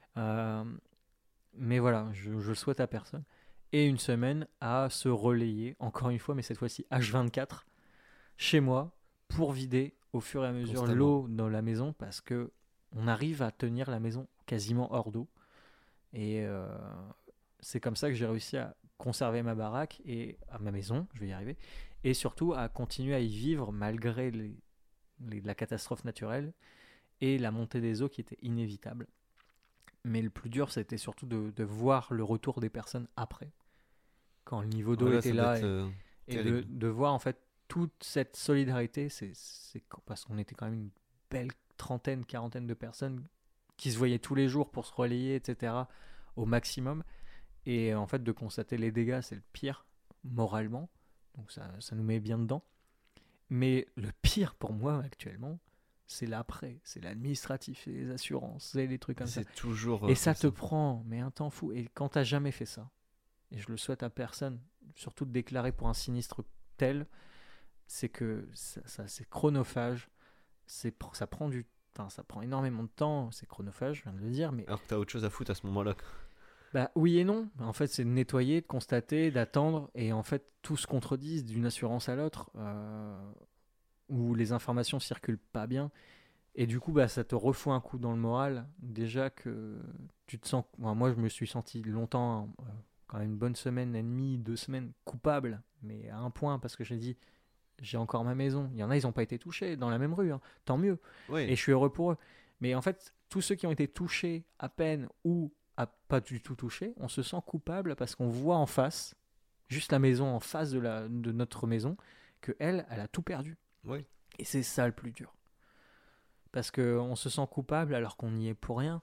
Mais voilà, je le souhaite à personne. Et une semaine à se relayer, encore une fois, mais cette fois-ci H24, chez moi, pour vider au fur et à mesure Constamment. l'eau dans la maison, parce que on arrive à tenir la maison quasiment hors d'eau. Et c'est comme ça que j'ai réussi à conserver ma baraque et à ma maison, je vais y arriver, et surtout à continuer à y vivre malgré la catastrophe naturelle et la montée des eaux qui était inévitable. Mais le plus dur, c'était surtout de voir le retour des personnes après, quand le niveau d'eau était là, et de voir en fait toute cette solidarité. C'est parce qu'on était quand même une belle trentaine, quarantaine de personnes qui se voyaient tous les jours pour se relayer, etc., au maximum. Et en fait, de constater les dégâts, c'est le pire, moralement. Donc ça nous met bien dedans. Mais le pire pour moi, actuellement, c'est l'après, c'est l'administratif, c'est les assurances, c'est les trucs comme ça. C'est toujours. Et ça comme te prend, mais un temps fou. Et quand t'as jamais fait ça, et je le souhaite à personne, surtout de déclarer pour un sinistre tel, c'est que c'est chronophage, ça prend ça prend énormément de temps, c'est chronophage, je viens de le dire, mais Alors que t'as autre chose à foutre à ce moment-là. bah, oui et non. En fait, c'est de nettoyer, de constater, d'attendre, et en fait, tout se contredisent d'une assurance à l'autre, où les informations circulent pas bien, et du coup, bah, ça te refout un coup dans le moral. Déjà que tu te sens, moi, je me suis senti longtemps, quand même une bonne semaine et demie, 2 semaines, coupable, mais à un point, parce que j'ai dit, j'ai encore ma maison. Il y en a, ils n'ont pas été touchés dans la même rue, hein. Tant mieux. Oui. Et je suis heureux pour eux. Mais en fait, tous ceux qui ont été touchés à peine ou pas du tout touchés, on se sent coupable parce qu'on voit en face, juste la maison en face de notre maison, que elle a tout perdu. Oui. Et c'est ça le plus dur. Parce qu'on se sent coupable alors qu'on n'y est pour rien.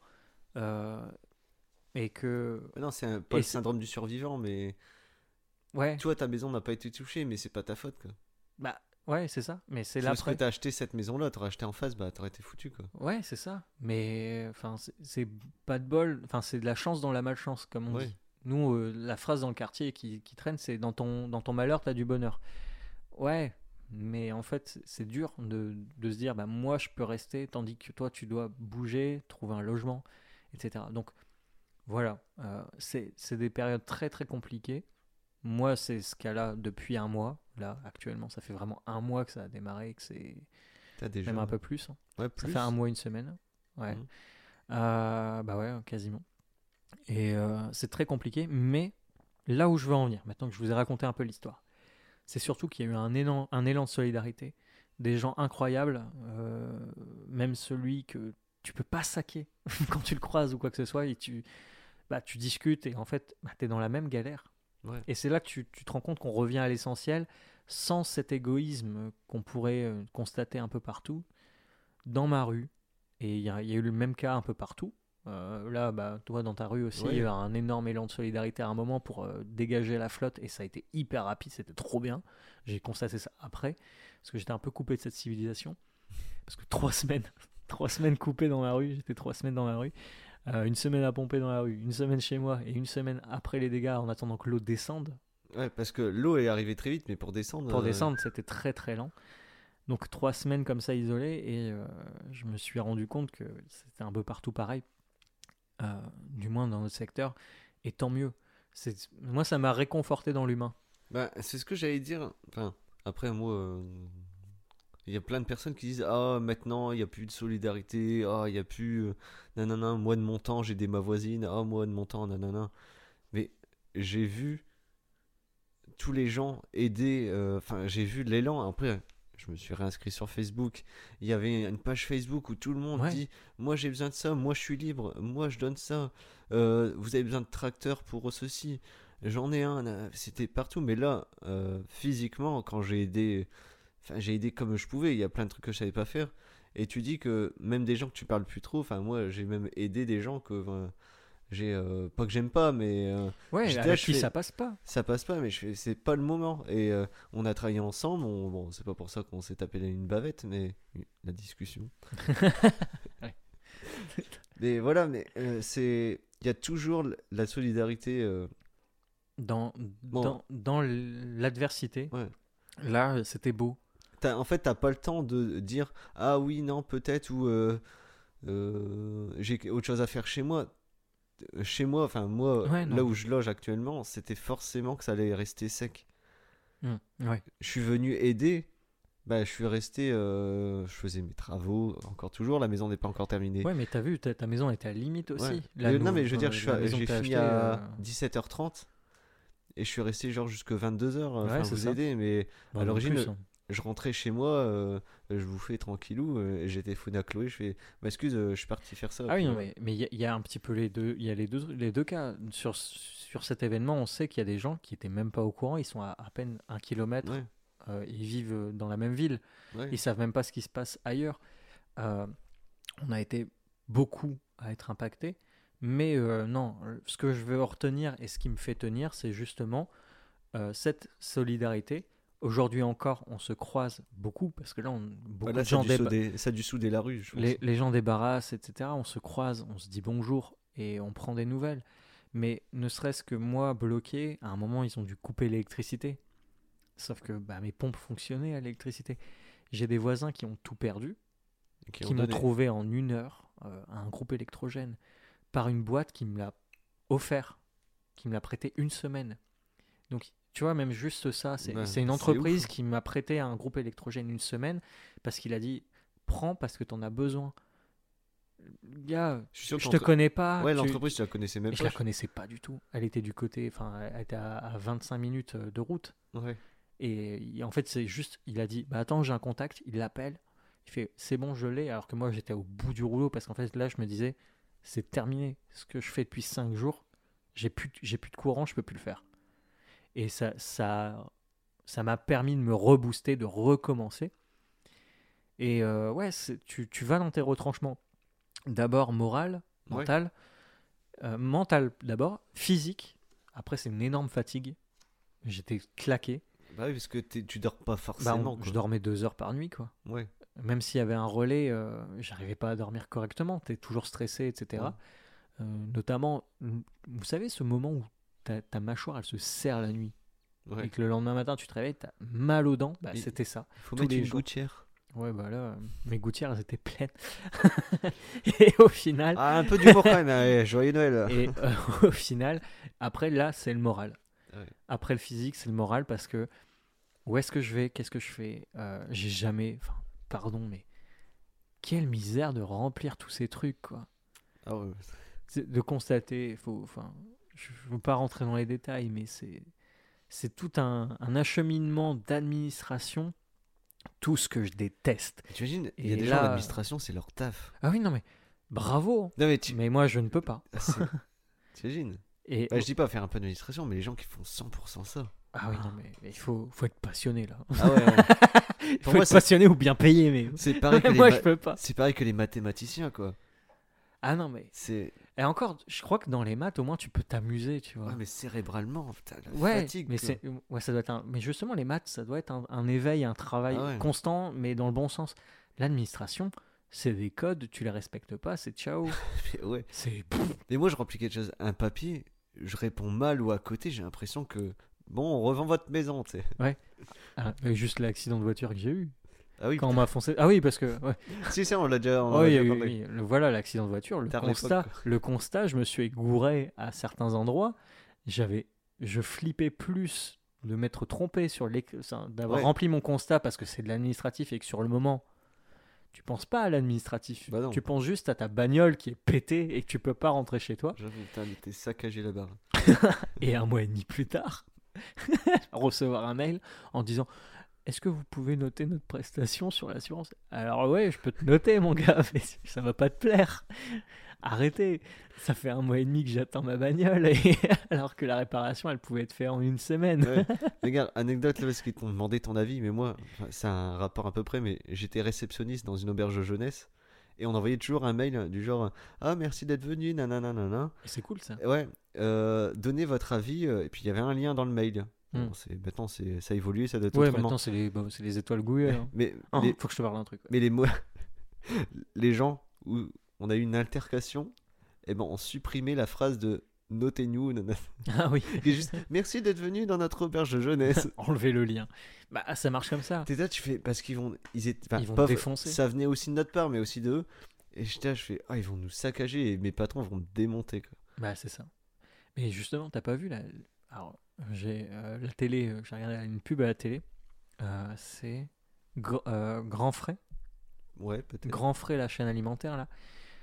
Et que. Mais non, c'est pas Et le c'est- syndrome du survivant, mais. Ouais, Toi, ta maison n'a pas été touchée, mais c'est pas ta faute, quoi. bah, ouais, c'est ça. Mais c'est C'est parce que l'après. t'as acheté cette maison-là, t'aurais acheté en face, bah t'aurais été foutu, quoi. Ouais, c'est ça. Mais enfin, c'est pas de bol. Enfin, c'est de la chance dans la malchance, comme on Ouais. dit. Nous, la phrase dans le quartier qui traîne, c'est dans ton malheur, t'as du bonheur. Ouais, mais en fait, c'est dur de se dire, bah, moi, je peux rester, tandis que toi, tu dois bouger, trouver un logement, etc. Donc, voilà. C'est des périodes très, très compliquées. Moi, c'est ce cas-là depuis un mois. Là, actuellement, ça fait vraiment un mois que ça a démarré, et que c'est T'as déjà. même un peu plus, hein. Ouais, Ça plus. fait un mois, une semaine. Ouais. Mhm. Bah ouais, quasiment. Et c'est très compliqué, mais là où je veux en venir, maintenant que je vous ai raconté un peu l'histoire, c'est surtout qu'il y a eu un élan de solidarité, des gens incroyables, même celui que tu peux pas saquer quand tu le croises ou quoi que ce soit, et tu discutes, et en fait, bah, tu es dans la même galère. Ouais. Et c'est là que tu te rends compte qu'on revient à l'essentiel, sans cet égoïsme qu'on pourrait constater un peu partout, dans ma rue. Et il y a eu le même cas un peu partout. Là, bah, toi, dans ta rue aussi, il y a eu Ouais. un énorme élan de solidarité à un moment pour dégager la flotte, et ça a été hyper rapide, c'était trop bien. J'ai constaté ça après, parce que j'étais un peu coupé de cette civilisation. Parce que 3 semaines, 3 semaines coupées dans la rue, j'étais 3 semaines dans la rue. Une semaine à pomper dans la rue, une semaine chez moi, et une semaine après les dégâts en attendant que l'eau descende. Ouais, parce que l'eau est arrivée très vite, mais pour descendre. Pour descendre, c'était très très lent. Donc 3 semaines comme ça isolées, et je me suis rendu compte que c'était un peu partout pareil, du moins dans notre secteur, et tant mieux. Moi, ça m'a réconforté dans l'humain. Bah, c'est ce que j'allais dire. Enfin, après, moi. Il y a plein de personnes qui disent ah maintenant il n'y a plus de solidarité, ah il n'y a plus nanana, moi de mon temps j'ai des ma voisine, ah moi de mon temps nanana. Mais j'ai vu tous les gens aider, enfin j'ai vu l'élan. Après je me suis réinscrit sur Facebook, il y avait une page Facebook où tout le monde Ouais. dit moi j'ai besoin de ça, moi je suis libre, moi je donne ça. Vous avez besoin de tracteurs pour ceci, j'en ai un. C'était partout, mais là physiquement quand j'ai aidé. Enfin, j'ai aidé comme je pouvais, il y a plein de trucs que je savais pas faire. Et tu dis que même des gens que tu parles plus trop, enfin moi j'ai même aidé des gens que j'ai pas que j'aime pas, mais Ouais, j'étais là, avec je qui fais, ça passe pas. ça passe pas, mais je fais, c'est pas le moment. Et on a travaillé ensemble, bon c'est pas pour ça qu'on s'est tapé une bavette, mais la discussion. Ouais. Mais voilà, mais il y a toujours la solidarité. Dans, Bon, dans l'adversité, ouais. là, c'était beau. En fait, t'as pas le temps de dire ah oui, non, peut-être, ou j'ai autre chose à faire chez moi. Chez moi, enfin moi, Ouais, là non. où je loge actuellement, c'était forcément que ça allait rester sec. Ouais. Je suis venu aider, bah je suis resté, je faisais mes travaux, encore toujours, la maison n'est pas encore terminée. Ouais, mais t'as vu, ta maison était à la limite aussi. Ouais. La Non mais je veux dire, la maison j'ai que t'as fini achetée, à 17h30 et je suis resté genre jusque 22h, enfin ouais, c'est vous ça. aider, mais Bah, à non l'origine, plus, hein. je rentrais chez moi, je bouffais tranquillou, et j'étais fou à Chloé, je fais, m'excuse, je suis parti faire ça. Ah oui, puis non, voilà. mais il y a un petit peu les deux. Il y a les deux cas. Sur cet événement, on sait qu'il y a des gens qui étaient même pas au courant. Ils sont à peine 1 kilomètre. Ouais, Ils vivent dans la même ville. ouais. Ils savent même pas ce qui se passe ailleurs. Euh, on a été beaucoup à être impactés. Mais non, ce que je veux en retenir et ce qui me fait tenir, c'est justement cette solidarité. Aujourd'hui encore, on se croise beaucoup parce que là, beaucoup Voilà, de gens ça a dû souder la rue, je pense. les gens débarrassent, etc. On se croise, on se dit bonjour et on prend des nouvelles. Mais ne serait-ce que moi, bloqué, à un moment, ils ont dû couper l'électricité. Sauf que mes pompes fonctionnaient à l'électricité. J'ai des voisins qui ont tout perdu, qui m'ont trouvé en 1 heure un groupe électrogène par une boîte qui me l'a offert, qui me l'a prêté 1 semaine. Donc, tu vois, même juste ça, c'est une entreprise qui m'a prêté un groupe électrogène 1 semaine parce qu'il a dit prends parce que tu en as besoin. Gars, je te connais pas. Ouais, l'entreprise, tu la connaissais même pas. Je la connaissais pas du tout. Elle était du côté, elle était à 25 minutes de route. Ouais. Et en fait, c'est juste, il a dit attends, j'ai un contact, il l'appelle, il fait c'est bon, je l'ai. Alors que moi, j'étais au bout du rouleau parce qu'en fait, là, je me disais c'est terminé. Ce que je fais depuis 5 jours, j'ai plus de courant, je peux plus le faire. Et ça m'a permis de me rebooster, de recommencer. Et tu vas dans tes retranchements. D'abord moral, mental. Mental d'abord, physique. Après, c'est une énorme fatigue. J'étais claqué. Bah oui, parce que tu dors pas forcément. Je dormais 2 heures par nuit, quoi. Ouais. Même s'il y avait un relais, j'arrivais pas à dormir correctement. T'es toujours stressé, etc. Ouais. Notamment, vous savez, ce moment où ta mâchoire, elle se serre la nuit. Ouais. Et que le lendemain matin, tu te réveilles, t'as mal aux dents. C'était ça. Il faut mettre une gouttière. Ouais, là, mes gouttières, elles étaient pleines. Et au final... un peu d'humour quand même, allez, joyeux Noël. Et au final, après, là, c'est le moral. Ouais. Après le physique, c'est le moral parce que où est-ce que je vais ? Qu'est-ce que je fais ? J'ai jamais... pardon, mais quelle misère de remplir tous ces trucs, quoi. Ah ouais. De constater, je ne veux pas rentrer dans les détails, mais c'est tout un acheminement d'administration. Tout ce que je déteste. Tu imagines, il y a des gens, l'administration, c'est leur taf. Ah oui, non mais bravo. Non, mais moi, je ne peux pas. Tu imagines. Je dis pas faire un peu d'administration, mais les gens qui font 100% ça. Ah oui, non mais il faut être passionné là. Ah ouais. Il faut être passionné ou bien payé, mais c'est pareil que moi je peux pas. C'est pareil que les mathématiciens, quoi. Ah non mais et encore, je crois que dans les maths, au moins, tu peux t'amuser, tu vois. Ouais, mais cérébralement, putain, la fatigue. Mais ça doit être mais justement, les maths, ça doit être un éveil, un travail constant, mais dans le bon sens. L'administration, c'est des codes, tu les respectes pas, c'est ciao. Ouais. Mais moi, je remplis quelque chose, un papier, je réponds mal ou à côté, j'ai l'impression que on revend votre maison, tu sais. Ouais. Juste l'accident de voiture que j'ai eu. Ah oui, quand on m'a foncé. Ah oui, parce que. Ouais. Si, on l'a déjà. Oui, voilà l'accident de voiture. Le constat, je me suis égouré à certains endroits. Je flippais plus de m'être trompé d'avoir rempli mon constat parce que c'est de l'administratif et que sur le moment, tu penses pas à l'administratif. Bah tu penses juste à ta bagnole qui est pétée et que tu peux pas rentrer chez toi. J'avoue, t'es saccagé la barre. Et 1 mois et demi plus tard, recevoir un mail en disant. Est-ce que vous pouvez noter notre prestation sur l'assurance ? Alors ouais, je peux te noter, mon gars, mais ça va pas te plaire. Arrêtez. Ça fait 1 mois et demi que j'attends ma bagnole, alors que la réparation, elle pouvait être faite en 1 semaine. Ouais. Regarde, anecdote, là, parce qu'ils t'ont demandé ton avis, mais moi, c'est un rapport à peu près, mais j'étais réceptionniste dans une auberge de jeunesse, et on envoyait toujours un mail du genre « Ah, merci d'être venu, nanana. » C'est cool, ça. Ouais, donnez votre avis, et puis il y avait un lien dans le mail. Bon, maintenant, ça a évolué, ça doit être autrement. Maintenant, c'est les étoiles Google. Hein. Mais faut que je te parle d'un truc. Ouais. Mais les gens où on a eu une altercation, on supprimait la phrase de notez-nous. Ah oui. Juste, merci d'être venu dans notre auberge de jeunesse. Enlevez le lien. Ça marche comme ça. T'es là, tu fais, parce qu'ils vont défoncer. Ça venait aussi de notre part, mais aussi d'eux. Et j'étais là, je fais, ils vont nous saccager et mes patrons vont me démonter, quoi. C'est ça. Mais justement, t'as pas vu Alors, j'ai la télé, j'ai regardé une pub à la télé. C'est Grand Frais. Ouais, peut-être. Grand Frais, la chaîne alimentaire là.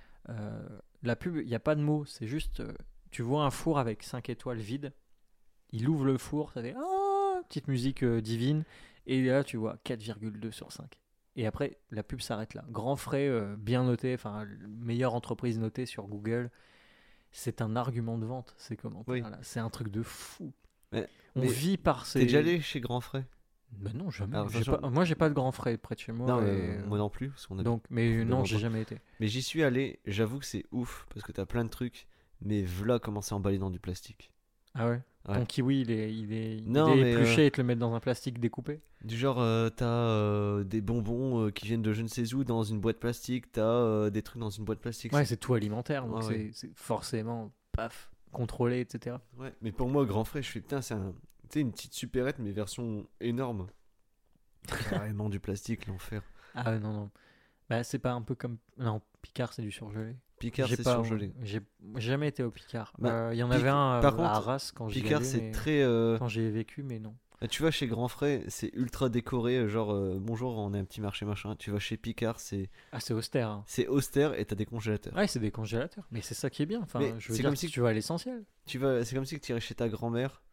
La pub, il n'y a pas de mots, c'est juste tu vois un four avec 5 étoiles vide. Il ouvre le four, ça fait petite musique divine. Et là, tu vois 4,2 sur 5. Et après, la pub s'arrête là. Grand Frais, bien noté, meilleure entreprise notée sur Google. C'est un argument de vente, ces commentaires-là. Oui. C'est un truc de fou. On vit par ces... T'es déjà allé chez Grand Frais ? Non, jamais. Moi, j'ai pas de Grand Frais près de chez moi. Non, moi non plus. Parce qu'on a non, j'ai jamais été. Mais j'y suis allé, j'avoue que c'est ouf, parce que t'as plein de trucs, mais voilà comment c'est emballé dans du plastique. Ah ouais. Ouais. Ton kiwi, il Non, est mais, épluché et te le mettre dans un plastique découpé. Du genre, t'as des bonbons qui viennent de je ne sais où dans une boîte plastique, t'as des trucs dans une boîte plastique. Ouais, c'est tout alimentaire, donc Ouais, ouais. c'est forcément, paf, contrôlé, etc. Ouais, mais pour moi, grand frais, je fais putain, tu sais, une petite supérette, mais version énorme. Carrément du plastique, l'enfer. Ah ouais, non, non. Bah, c'est pas un peu comme. Non, Picard, c'est du surgelé. Picard, J'ai c'est pas, surgelé. j'ai jamais été au Picard. Bah, Il y en Pic- avait un par à contre, Arras quand j'y Picard, allais, c'est mais très. quand j'y ai vécu, mais non. Tu vas chez Grand Frais, c'est ultra décoré, genre bonjour, on est un petit marché machin. Tu vas chez Picard, Ah, c'est austère. Hein. c'est austère et t'as des congélateurs. Ouais, c'est des congélateurs. Mais c'est ça qui est bien. Enfin, Mais je veux c'est dire, comme si si- tu vas à l'essentiel. C'est comme si tu irais chez ta grand-mère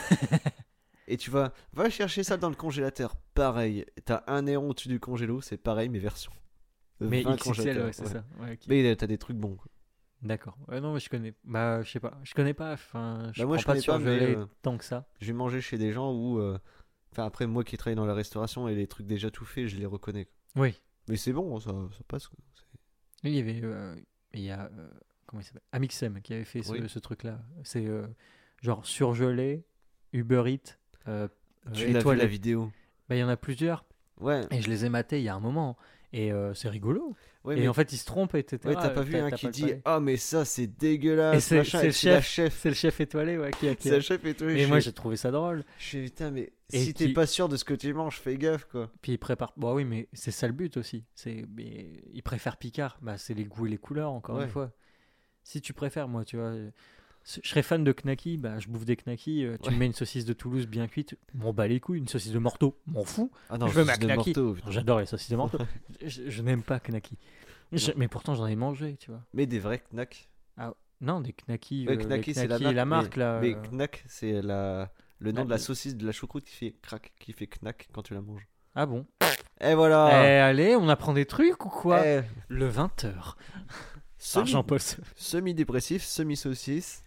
et tu va chercher ça dans le congélateur. Pareil, t'as un néon au-dessus du congélo, c'est pareil, mais version. Mais 20 XXL, congélateurs, ouais, c'est ça. Ouais, ok. Mais t'as des trucs bons, quoi. D'accord. Ouais, non, mais je connais. Bah, je sais pas. Je connais pas. Enfin, je Bah, moi, prends je pas de connais pas, mais, surgelé tant que ça. Je vais manger chez des gens où. Enfin, après, moi qui travaille dans la restauration et les trucs déjà tout faits, je les reconnais, quoi. Oui. Mais c'est bon, ça passe, quoi. Il y avait. Il y a. Comment il s'appelle Amixem qui avait fait Oui. ce truc-là. C'est genre surgelé, Uber Eats, Tu l'as vu étoilé. la vidéo. Bah, il y en a plusieurs. Ouais. Et je les ai matés il y a un moment. Et c'est rigolo. Ouais, Et mais en fait, ils se trompent, etc. ouais, t'as pas vu un t'as qui pas le dit palais. ah mais ça c'est Et dégueulasse c'est machin, c'est et le c'est la chef. chef. C'est le chef étoilé, ouais, qui C'est la chef et tout. Et moi, j'ai trouvé ça drôle. je fais putain mais Et si t'es qui- pas sûr de ce que tu manges, fais gaffe quoi. Puis ils préparent. Bah oui, mais c'est ça le but aussi. Mais ils préfèrent Picard. Bah, c'est les goûts et les couleurs, encore Ouais. une fois. Si tu préfères, moi, tu vois. Je serais fan de knacky, bah, je bouffe des knacky. Tu Ouais. me mets une saucisse de Toulouse bien cuite, m'en bats les couilles. Une saucisse de Morteau, m'en fous. Ah non, Je veux ma saucisse de knacky. Morteau, putain. J'adore les saucisses de Morteau. Je n'aime pas knacky. Mais pourtant, j'en ai mangé, tu vois. Mais des vrais knacks. Non, des knacky. Ouais, les knacky c'est knacky, la marque, mais, là. mais knack c'est le nom de la le- saucisse de la choucroute qui fait crack, qui fait knack quand tu la manges. Ah bon Et voilà. allez, on apprend des trucs ou quoi Eh, Le 20h. semi- Jean-Paul. Semi-dépressif, semi-saucisse.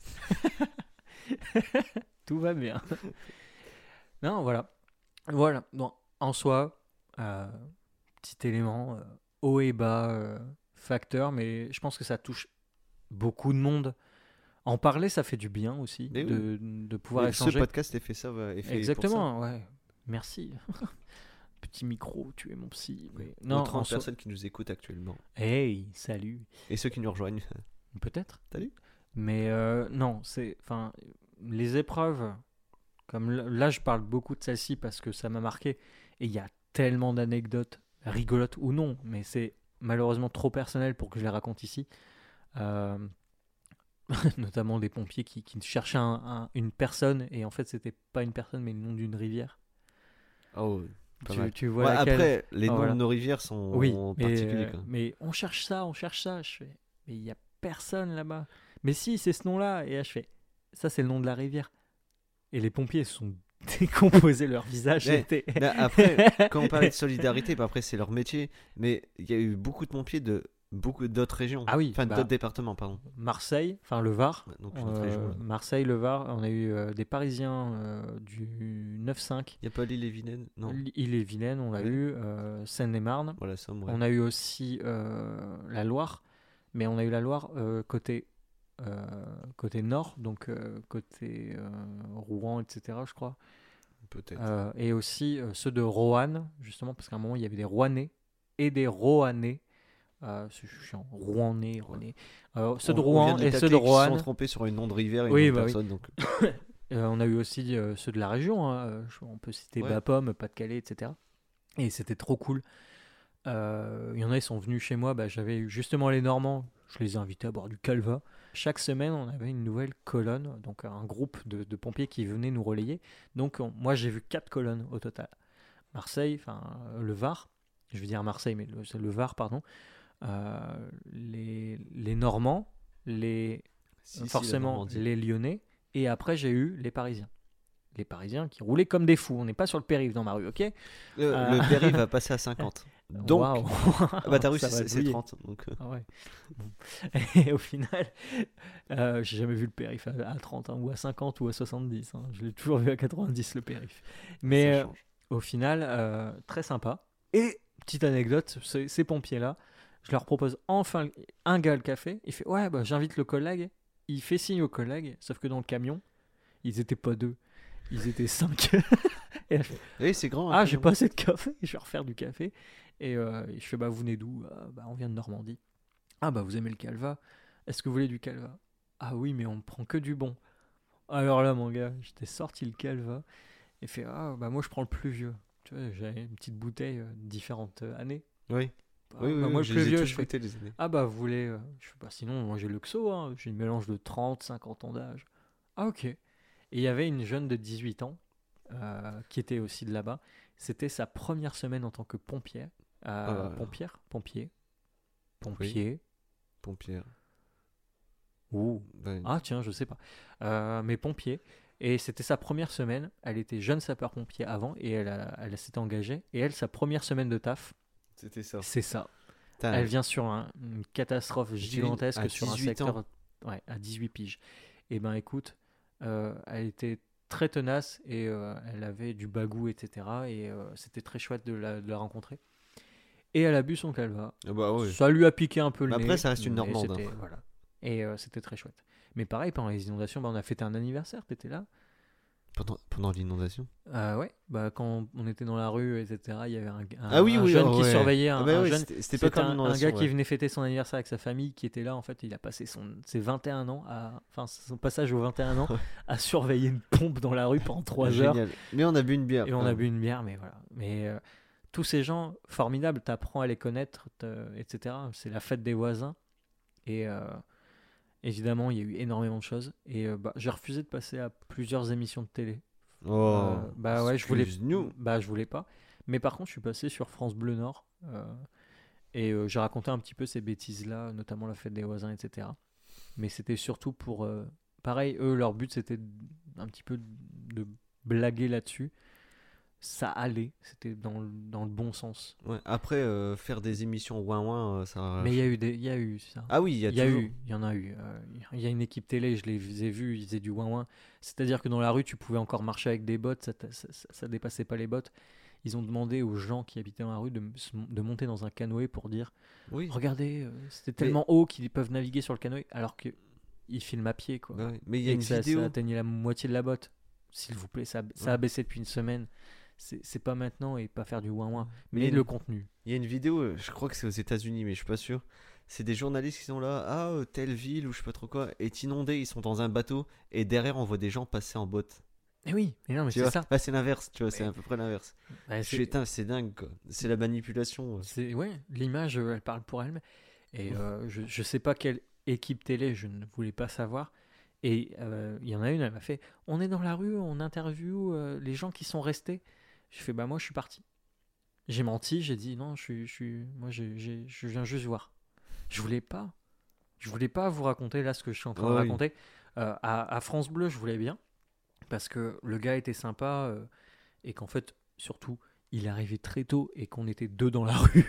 Tout va bien. Non, voilà. Voilà. Bon, en soi, petit élément, haut et bas, facteur, mais je pense que ça touche beaucoup de monde. En parler, ça fait du bien aussi, Mais oui. de pouvoir Mais ce échanger. podcast est fait ça, est fait pour Exactement, ouais. Merci. Petit micro, tu es mon psy. ça. Mais Nos non, 30 en soi- personnes qui nous écoutent actuellement. Hey, salut. Et ceux qui nous rejoignent. Peut-être. Salut. Mais non, les épreuves, comme là, je parle beaucoup de celle-ci parce que ça m'a marqué. Et il y a tellement d'anecdotes, rigolotes ou non, mais c'est malheureusement trop personnel pour que je les raconte ici. Euh, notamment des pompiers qui cherchaient une personne, et en fait, c'était pas une personne, mais le nom d'une rivière. Oh, pas mal. Tu vois Ouais, laquelle. après, les noms voilà. de nos rivières sont Oui, particuliers. Quoi. mais on cherche ça. Je fais, mais il y a personne là-bas. Mais si, c'est ce nom-là. Et là, je fais, ça, c'est le nom de la rivière. Et les pompiers se sont décomposés leur visage. Ouais. était- Là, après, quand on parlait de solidarité, bah après c'est leur métier, mais il y a eu beaucoup de pompiers de beaucoup d'autres régions. Ah oui, Enfin bah, d'autres départements, pardon. Marseille, enfin le Var. Ouais, donc une autre région. Ouais. Marseille, le Var. On a eu des Parisiens du 9-5. Il y a pas l'île et Vilaine, non. Ille-et-Vilaine, on l'a Ouais. eu. Seine-et-Marne. Voilà, ça, moi. On a eu aussi la Loire, mais on a eu la Loire côté nord, donc côté Rouen, etc., je crois. Peut-être. Et aussi ceux de Roanne, justement, parce qu'à un moment, il y avait des Rouennais et des Roannais. C'est chiant, Rouennais, Rouennais. Ceux de Rouen et ceux de Ils se sont Roanne. trompés sur une nom de rivière et Oui, une bah personne, donc. On a eu aussi ceux de la région, hein. On peut citer Ouais. Bapaume, Pas-de-Calais, etc. Et c'était trop cool. Il y en a, ils sont venus chez moi. Bah, j'avais eu justement les Normands. Je les ai invités à boire du calva. Chaque semaine, on avait une nouvelle colonne, donc un groupe de pompiers qui venaient nous relayer. Donc moi, j'ai vu 4 colonnes au total. Marseille, enfin le Var. Je veux dire Marseille, mais c'est le Var, pardon. Les Normands, Si, forcément la Normandie. les Lyonnais. Et après, j'ai eu les Parisiens. Les Parisiens qui roulaient comme des fous. On n'est pas sur le périph' dans ma rue, ok? Le périph' va passer à 50. Donc, Waouh. ah bah ta rue Ça va c'est douiller. 30. Donc, Ah ouais. Bon. Et au final, j'ai jamais vu le périph' à 30 hein, ou à 50 ou à 70. Hein. Je l'ai toujours vu à 90 le périph'. Mais ça change. au final, très sympa. Et petite anecdote, ces pompiers-là, je leur propose enfin un gars le café. Il fait ouais, bah, j'invite le collègue. Il fait signe au collègue, sauf que dans le camion, Ils étaient pas 2, ils étaient 5. Et elle fait, Oui, c'est grand. ah, j'ai pas assez de café, je vais refaire du café. Et je fais, bah, vous venez d'où? Bah, on vient de Normandie. Ah, bah, vous aimez le calva? Est-ce que vous voulez du calva? Ah oui, mais on prend que du bon. Alors là, mon gars, j'étais sorti le calva et fait, ah, bah, moi, je prends le plus vieux. Tu vois, j'avais une petite bouteille différentes années. Oui. Ah, Oui, bah, moi, le je plus les ai vieux, tous je fais, goûtés les années. ah, bah, vous voulez. Je fais, bah, sinon, moi, j'ai le XO, hein, j'ai un mélange de 30, 50 ans d'âge. Ah, ok. Et il y avait une jeune de 18 ans qui était aussi de là-bas. C'était sa première semaine en tant que pompier. Ah, Pompier. oui, Pompier. pompière. Ouh. Ouais. Ah tiens, je sais pas. Mais pompier. Et c'était sa première semaine. Elle était jeune sapeur-pompier avant et elle s'était engagée. Et elle, sa première semaine de taf, C'était ça. c'est ça. Putain, Elle vient sur une catastrophe gigantesque à sur un 18 secteur. ans. Ouais, à 18 piges. Et ben écoute, elle était très tenace et elle avait du bagou, etc. Et c'était très chouette de la rencontrer. Et elle a bu son calva. Ah bah ouais. Ça lui a piqué un peu le Mais nez. après, ça reste une mais Normande, c'était- Voilà. Et c'était très chouette. Mais pareil, pendant les inondations, bah, on a fêté un anniversaire, t'étais là? Pendant l'inondation. Ouais, bah, quand on était dans la rue, etc., il y avait Ah oui, un oui, jeune oh, qui ouais. surveillait Ah un, bah un ouais, jeune. c'était pas C'était comme un l'inondation. gars qui ouais. venait fêter son anniversaire avec sa famille, qui était là, en fait, il a passé ses 21 ans, enfin son passage aux 21 ans, à surveiller une pompe dans la rue pendant 3 heures. Génial. Mais on a bu une bière. Et on quand a même. bu une bière, mais voilà. Mais tous ces gens formidables, t'apprends à les connaître, etc. C'est la fête des voisins. Et évidemment, il y a eu énormément de choses. Et bah, j'ai refusé de passer à plusieurs émissions de télé. Oh. Bah ouais, je voulais. Excuse-nous. Bah je voulais pas. Mais par contre, je suis passé sur France Bleu Nord. Et j'ai raconté un petit peu ces bêtises-là, notamment la fête des voisins, etc. Mais c'était surtout pour. Pareil, eux, leur but, c'était un petit peu de blaguer là-dessus. Ça allait, c'était dans le bon sens. Ouais. Après, faire des émissions ouin ça. Mais il y a eu ça. Ah oui, il y a Il y a toujours. eu, il y en a eu. Il y a une équipe télé, je les ai vus, ils faisaient du ouin-ouin. C'est-à-dire que dans la rue, tu pouvais encore marcher avec des bottes, ça dépassait pas les bottes. Ils ont demandé aux gens qui habitaient dans la rue de monter dans un canoë pour dire Oui. regardez, c'était tellement haut qu'ils peuvent naviguer sur le canoë, alors qu'ils filment à pied, quoi. Bah ouais. Mais il y a Et une que ça vidéo. atteignait la moitié de la botte. S'il vous plaît, ça a baissé depuis une semaine. C'est pas maintenant et pas faire du ouin-ouin. Mais une- le contenu. Il y a une vidéo, je crois que c'est aux États-Unis, mais je suis pas sûr. C'est des journalistes qui sont là, telle ville ou je sais pas trop quoi, est inondée, ils sont dans un bateau et derrière on voit des gens passer en botte. Mais oui, mais non, mais Tu c'est vois ça. Bah, c'est l'inverse, tu vois, c'est Mais- à peu près l'inverse. Ouais, Je suis éteint, c'est dingue quoi. C'est la manipulation. ouais, l'image, elle parle pour elle-même. Et je sais pas quelle équipe télé, je ne voulais pas savoir. Et il y en a une, elle m'a fait on est dans la rue, on interviewe les gens qui sont restés. Je fais bah moi je suis parti. J'ai menti, j'ai dit non, moi je viens juste voir. Je voulais pas vous raconter là ce que je suis en train de Oui. raconter. À France Bleu, je voulais bien parce que le gars était sympa et qu'en fait surtout il est arrivé très tôt et qu'on était 2 dans la rue.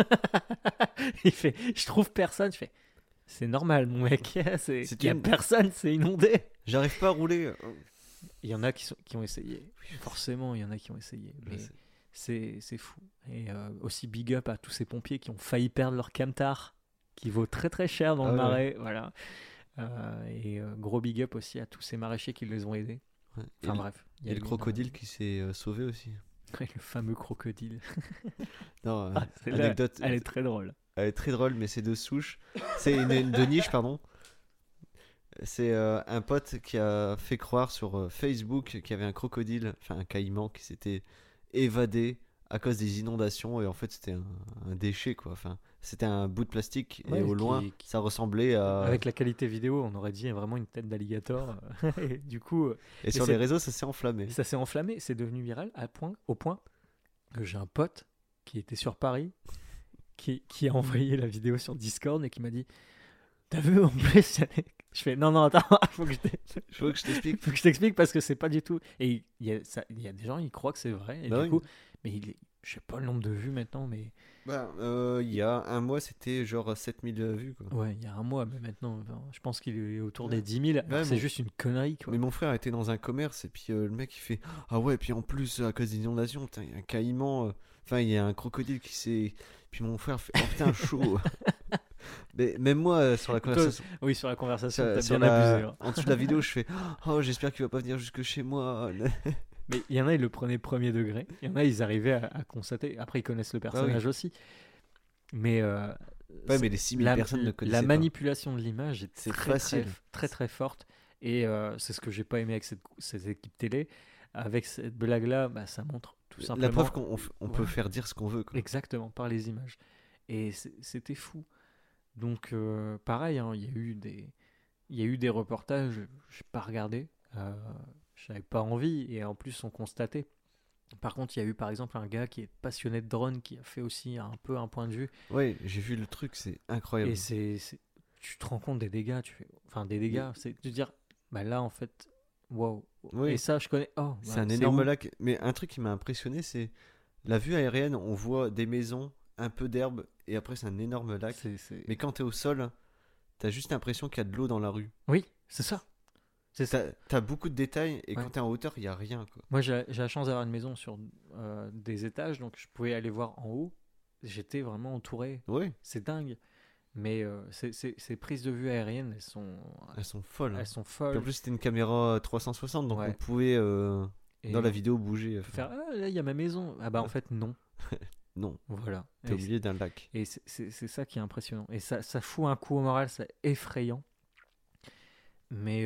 Il fait je trouve personne. Je fais c'est normal mon mec, il y a personne, c'est inondé. J'arrive pas à rouler. Il y en a qui ont essayé. Forcément, il y en a qui ont essayé. Mais sais. c'est fou. Et aussi big up à tous ces pompiers qui ont failli perdre leur camtar, qui vaut très très cher dans le ouais. marais. Voilà. Et gros big up aussi à tous ces maraîchers qui les ont aidés. Ouais. Enfin bref. Il y a le crocodile qui s'est sauvé aussi. Ouais, le fameux crocodile. Non, Celle-là, anecdote. elle est très drôle. Elle est très drôle, mais c'est de souche. C'est une de niche, pardon. C'est un pote qui a fait croire sur Facebook qu'il y avait un crocodile, enfin un caïman qui s'était évadé à cause des inondations et en fait c'était un déchet quoi. Enfin, c'était un bout de plastique Ouais, et au loin ça ressemblait à. Avec la qualité vidéo, on aurait dit vraiment une tête d'alligator. Et du coup, Et sur les réseaux ça s'est enflammé. ça s'est enflammé, c'est devenu viral au point que j'ai un pote qui était sur Paris qui a envoyé la vidéo sur Discord et qui m'a dit t'as vu en plus je fais non attends faut que je t'explique parce que c'est pas du tout et il y a des gens ils croient que c'est vrai et bah du coup mais je sais pas le nombre de vues maintenant mais il y a un mois c'était genre 7000 vues quoi. Ouais il y a un mois mais maintenant je pense qu'il est autour des 10 000 ouais, c'est juste une connerie quoi. Mais mon frère était dans un commerce et puis le mec il fait ah ouais puis en plus à cause des inondations il y a un caïman enfin il y a un crocodile qui s'est puis mon frère fait oh putain chaud. Mais même moi, sur la conversation, Oui, sur la conversation, sur, t'as sur bien la- abusé. Hein. en dessous de la vidéo, je fais oh, j'espère qu'il va pas venir jusque chez moi. Mais il y en a, ils le prenaient premier degré. Il y en a, ils arrivaient à constater. Après, ils connaissent le personnage aussi. Mais Ouais, mais les 6000 personnes ne connaissaient la pas. manipulation de l'image est C'est très, facile. très, très, très forte. Et c'est ce que j'ai pas aimé avec cette équipe télé. Avec cette blague-là, bah, ça montre tout simplement. La preuve qu'on peut Ouais. faire dire ce qu'on veut. Quoi. Exactement, par les images. Et c'était fou. Donc, pareil, hein, il y a eu des reportages, je n'ai pas regardé, je n'avais pas envie, et en plus, on constatait. Par contre, il y a eu par exemple un gars qui est passionné de drone, qui a fait aussi un peu un point de vue, Ouais, j'ai vu le truc, c'est incroyable. et tu te rends compte des dégâts, enfin des dégâts, c'est de dire, bah là en fait, waouh. Oui. Et ça, je connais, C'est un énorme lac. Mais un truc qui m'a impressionné, c'est la vue aérienne. On voit des maisons, un peu d'herbe, et après, c'est un énorme lac. Mais quand t'es au sol, t'as juste l'impression qu'il y a de l'eau dans la rue. Oui, c'est ça. C'est ça. T'as beaucoup de détails, et Ouais. quand t'es en hauteur, il n'y a rien. Quoi. Moi, j'ai la chance d'avoir une maison sur des étages, donc je pouvais aller voir en haut. J'étais vraiment entouré. Oui, C'est dingue. Mais ces prises de vue aériennes, elles elles sont folles. sont Puis en folles. plus, c'était une caméra 360, donc Ouais. on pouvait, Et dans la vidéo, bouger. faire, ah, là, il y a ma maison. Ah bah en fait, non. Non, Voilà. t'es au milieu d'un lac. Et c'est ça qui est impressionnant. Et ça fout un coup au moral, c'est effrayant. Mais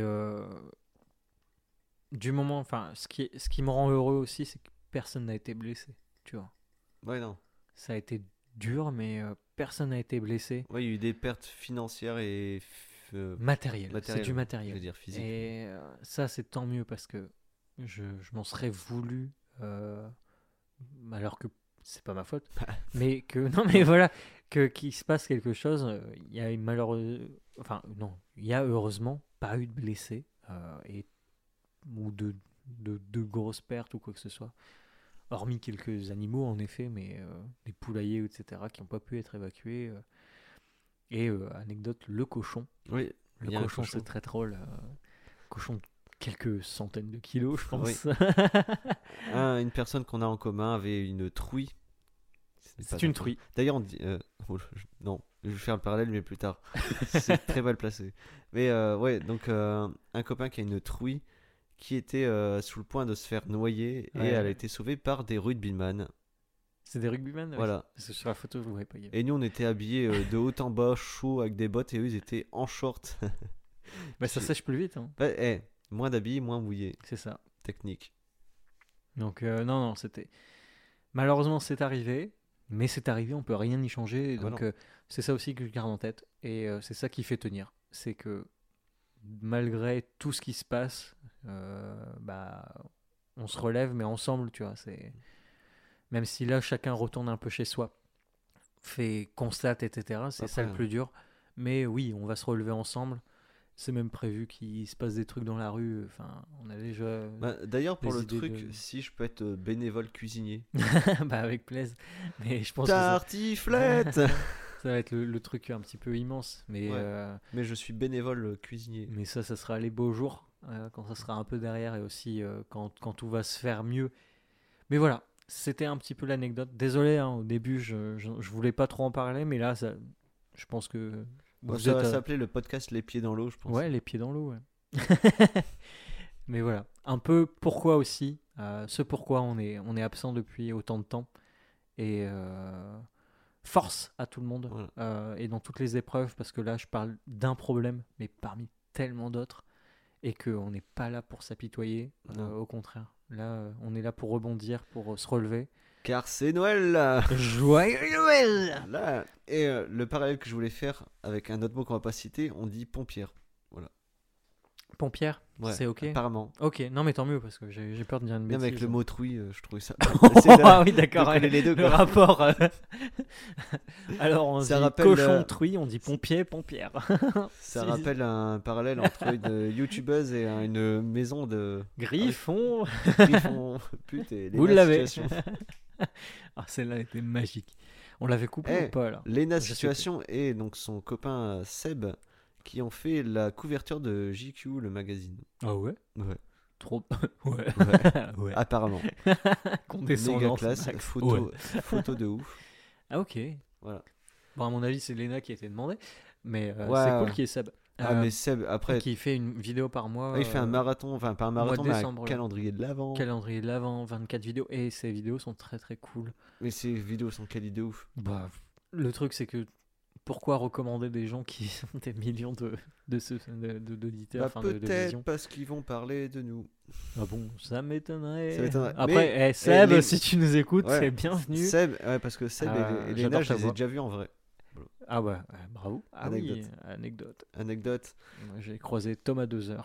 du moment, enfin, ce qui me rend heureux aussi, c'est que personne n'a été blessé. Tu vois. Ouais, non. Ça a été dur, mais personne n'a été blessé. Ouais, il y a eu des pertes financières et Matériel. C'est du je veux matériel. dire physique. Et ça, c'est tant mieux parce que je m'en serais voulu, alors que c'est pas ma faute. Mais que, non, mais voilà, qu'il se passe quelque chose. Il y a enfin, non, il y a heureusement pas eu de blessés ou de grosses pertes ou quoi que ce soit. Hormis quelques animaux, en effet, mais des poulaillers, etc., qui n'ont pas pu être évacués. Et anecdote, le cochon. Oui, Le il y a un cochon, c'est très drôle. Cochon de quelques centaines de kilos, je pense. Une personne qu'on a en commun avait une truie. C'est une truie. D'ailleurs, on dit. Non, je vais faire le parallèle, mais plus tard. C'est très mal placé. Mais ouais, donc un copain qui a une truie qui était sous le point de se faire noyer et Ouais. elle a été sauvée par des rugbyman. C'est des rugbymen. Oui. Voilà. Parce que sur la photo, vous ne voyez pas. Et nous, on était habillés de haut en bas, chaud, avec des bottes, et eux, ils étaient en short. Bah, ça sèche plus vite. Hein. Bah, moins d'habits, moins mouillés. C'est ça. Technique. Donc, non, c'était. Malheureusement, c'est arrivé. Mais c'est arrivé, on peut rien y changer. Ah bah Donc, non. c'est ça aussi que je garde en tête. Et c'est ça qui fait tenir. C'est que malgré tout ce qui se passe, bah, on se relève, mais ensemble, tu vois. Même si là, chacun retourne un peu chez soi, constate, etc. C'est ça le Après, plus dur. Mais oui, on va se relever ensemble. C'est même prévu qu'il se passe des trucs dans la rue. Enfin, on a déjà. Bah, d'ailleurs, pour des le idées truc, si je peux être bénévole cuisinier. Bah, avec plaisir. Mais je pense que ça Tartiflette va être le truc un petit peu immense. Mais, Ouais. Mais je suis bénévole cuisinier. mais ça sera les beaux jours. Quand ça sera un peu derrière et aussi quand tout va se faire mieux. Mais voilà, c'était un petit peu l'anecdote. Désolé, hein, au début, je voulais pas trop en parler. Mais là, je pense que. Bon, vous ça êtes, va s'appeler le podcast Les Pieds dans l'eau, je pense. Ouais, les pieds dans l'eau, ouais. Mais voilà, un peu pourquoi aussi, ce pourquoi on est absent depuis autant de temps. Et force à tout le monde, Voilà. et dans toutes les épreuves, parce que là, je parle d'un problème, mais parmi tellement d'autres, et qu'on n'est pas là pour s'apitoyer, Non. au contraire. Là, on est là pour rebondir, pour se relever. Car c'est Noël là. Joyeux Noël! Là. Et le parallèle que je voulais faire avec un autre mot qu'on va pas citer, on dit pompière. Pompière, Ouais, c'est ok? apparemment. Ok, non mais tant mieux, parce que j'ai peur de dire une Même bêtise. avec le mot trouille, je trouvais ça. Ah oui, d'accord, de coller les deux, le quoi. rapport. Alors, on Ça dit rappelle, cochon, truie, on dit pompier, pompière. Ça Si. rappelle un parallèle entre une youtubeuse et une maison de Griffon. griffons. Putain, les Vous l'avez. situations. Ah, celle-là était magique. On l'avait coupé Eh, ou pas là? Lena Je sais Situation et donc son copain Seb qui ont fait la couverture de JQ, le magazine. Ah ouais? Ouais, Trop. Ouais. ouais. Ouais. Apparemment. Condescendance, Méga classe, Max. photo, Ouais. photo de ouf. Ah ok. Voilà. Bon, à mon avis, c'est Lena qui a été demandée, mais Ouais, c'est ouais. cool qu'il y ait Seb. Ah, mais Seb, après, Qui fait une vidéo par mois. il fait un marathon, enfin pas un Au mois de marathon, mais un décembre, là. calendrier de l'avant. Calendrier de l'avant, 24 vidéos, et ces vidéos sont très très cool. Mais ces vidéos sont quali de ouf. Bah, le truc, c'est que pourquoi recommander des gens qui ont des millions d'auditeurs, Bah, enfin de peut-être visions. parce qu'ils vont parler de nous. Ah bon, ça m'étonnerait. Ça m'étonnerait. Après, Seb, les- si tu nous écoutes, Ouais. c'est bienvenu. Seb, ouais, parce que Seb et Léna, j'adore je ta les ai voix. déjà vus en vrai. Ah ouais, bravo. Ah oui, Anecdote. anecdote. Anecdote. Moi, j'ai croisé Thomas 2 heures.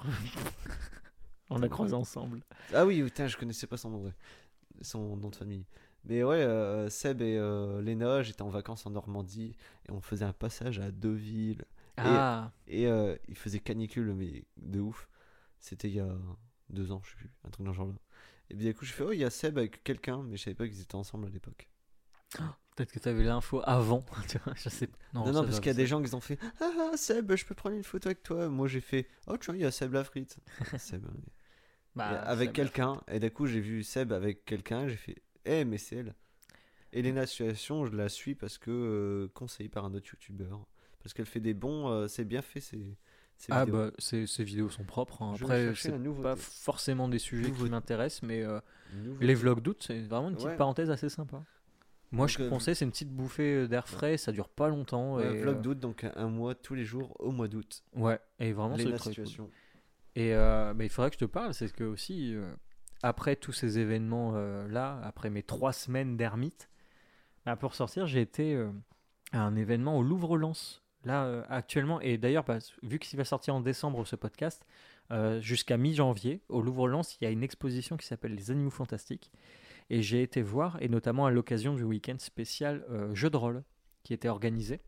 On l'a croisé ensemble. Ah oui, putain, je connaissais pas son nom, son nom de famille. Mais ouais, Seb et Léna, j'étais en vacances en Normandie et on faisait un passage à Deauville. Ah, Et il faisait canicule, mais de ouf. C'était il y a 2 ans, je sais plus, un truc dans ce genre-là. Et bien, du coup, je fais, oh, il y a Seb avec quelqu'un, mais je savais pas qu'ils étaient ensemble à l'époque. peut-être que t'avais l'info avant. Tu vois, je sais pas. Non, ça parce doit- qu'il y a ça- des gens qui ont fait, Seb, je peux prendre une photo avec toi. Moi, j'ai fait, oh, tu vois, il y a Seb Lafrite. Seb, Bah, avec Seb, quelqu'un. Et d'un coup, j'ai vu Seb avec quelqu'un, j'ai fait, mais c'est elle. Elena Situation, je la suis parce que conseillée par un autre youtubeur. Parce qu'elle fait des bons, c'est bien fait ces Ah vidéos. bah ces vidéos sont propres, hein. Je vais Après chercher la c'est nouveauté. pas forcément des sujets qui Nouveauté. m'intéressent, mais Nouveauté. les vlogs d'août c'est vraiment une petite Ouais. parenthèse assez sympa. Moi Donc, je conseille, c'est une petite bouffée d'air frais, ça dure pas longtemps Ouais, et vlog d'août, donc un mois tous les jours au mois d'août. ouais, et vraiment c'est Lena très cool. Situation. Et mais il faudrait que je te parle, c'est que aussi après tous ces événements là, après mes 3 semaines d'ermite, bah, pour sortir j'ai été à un événement au Louvre-Lens. Là, actuellement, et d'ailleurs, bah, vu qu'il va sortir en décembre ce podcast, jusqu'à mi-janvier, au Louvre-Lens, il y a une exposition qui s'appelle Les Animaux Fantastiques. Et j'ai été voir, et notamment à l'occasion du week-end spécial jeu de rôle qui était organisé,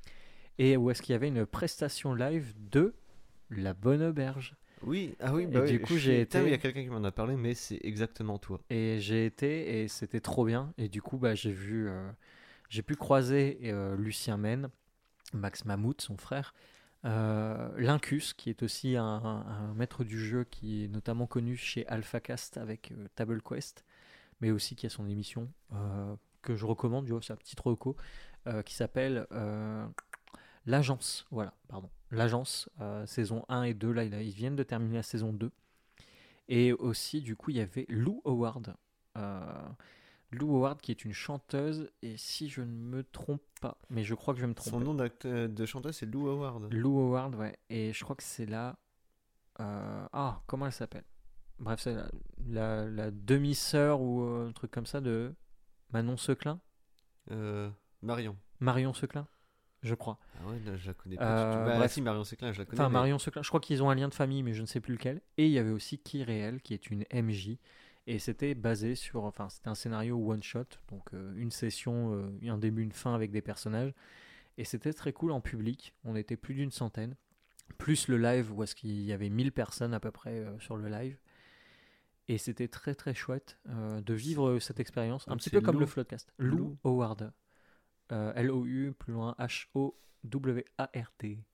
et où est-ce qu'il y avait une prestation live de La Bonne Auberge. Oui, ah oui, Et bah oui. du coup, j'ai Putain, été- il y a quelqu'un qui m'en a parlé, mais c'est exactement toi. Et j'ai été, et c'était trop bien. Et du coup, bah, j'ai pu croiser Lucien Men, Max Mammouth, son frère, Lincus, qui est aussi un maître du jeu qui est notamment connu chez AlphaCast avec Table Quest, mais aussi qui a son émission que je recommande, c'est un petit reco, qui s'appelle L'Agence. Voilà, pardon. L'Agence, saison 1 et 2, là ils viennent de terminer la saison 2. Et aussi, du coup, il y avait Lou Howard. Lou Howard qui est une chanteuse, et si je ne me trompe pas, mais je crois que je vais me tromper. Son nom de chanteuse, c'est Lou Howard. Lou Howard, ouais. Et je crois que c'est là. Comment elle s'appelle? Bref, c'est la demi-sœur ou un truc comme ça de Manon Seclin. Marion. Marion Seclin, je crois. Ah ouais, non, je la connais pas du tout. Bah, Bref. si, Marion Séclin, je la connais. Enfin, mais- Marion Seclin, je crois qu'ils ont un lien de famille, mais je ne sais plus lequel. Et il y avait aussi Qui Réel, qui est une MJ. Et c'était basé sur. Enfin, c'était un scénario one-shot. Donc, une session, un début, une fin avec des personnages. Et c'était très cool en public. On était plus d'une centaine. Plus le live, où est-ce qu'il y avait 1000 personnes à peu près sur le live. Et c'était très très chouette de vivre cette expérience. Un Donc petit c'est peu comme Lou- le Floodcast. Lou Lou. Howard. Lou, plus loin, Howard.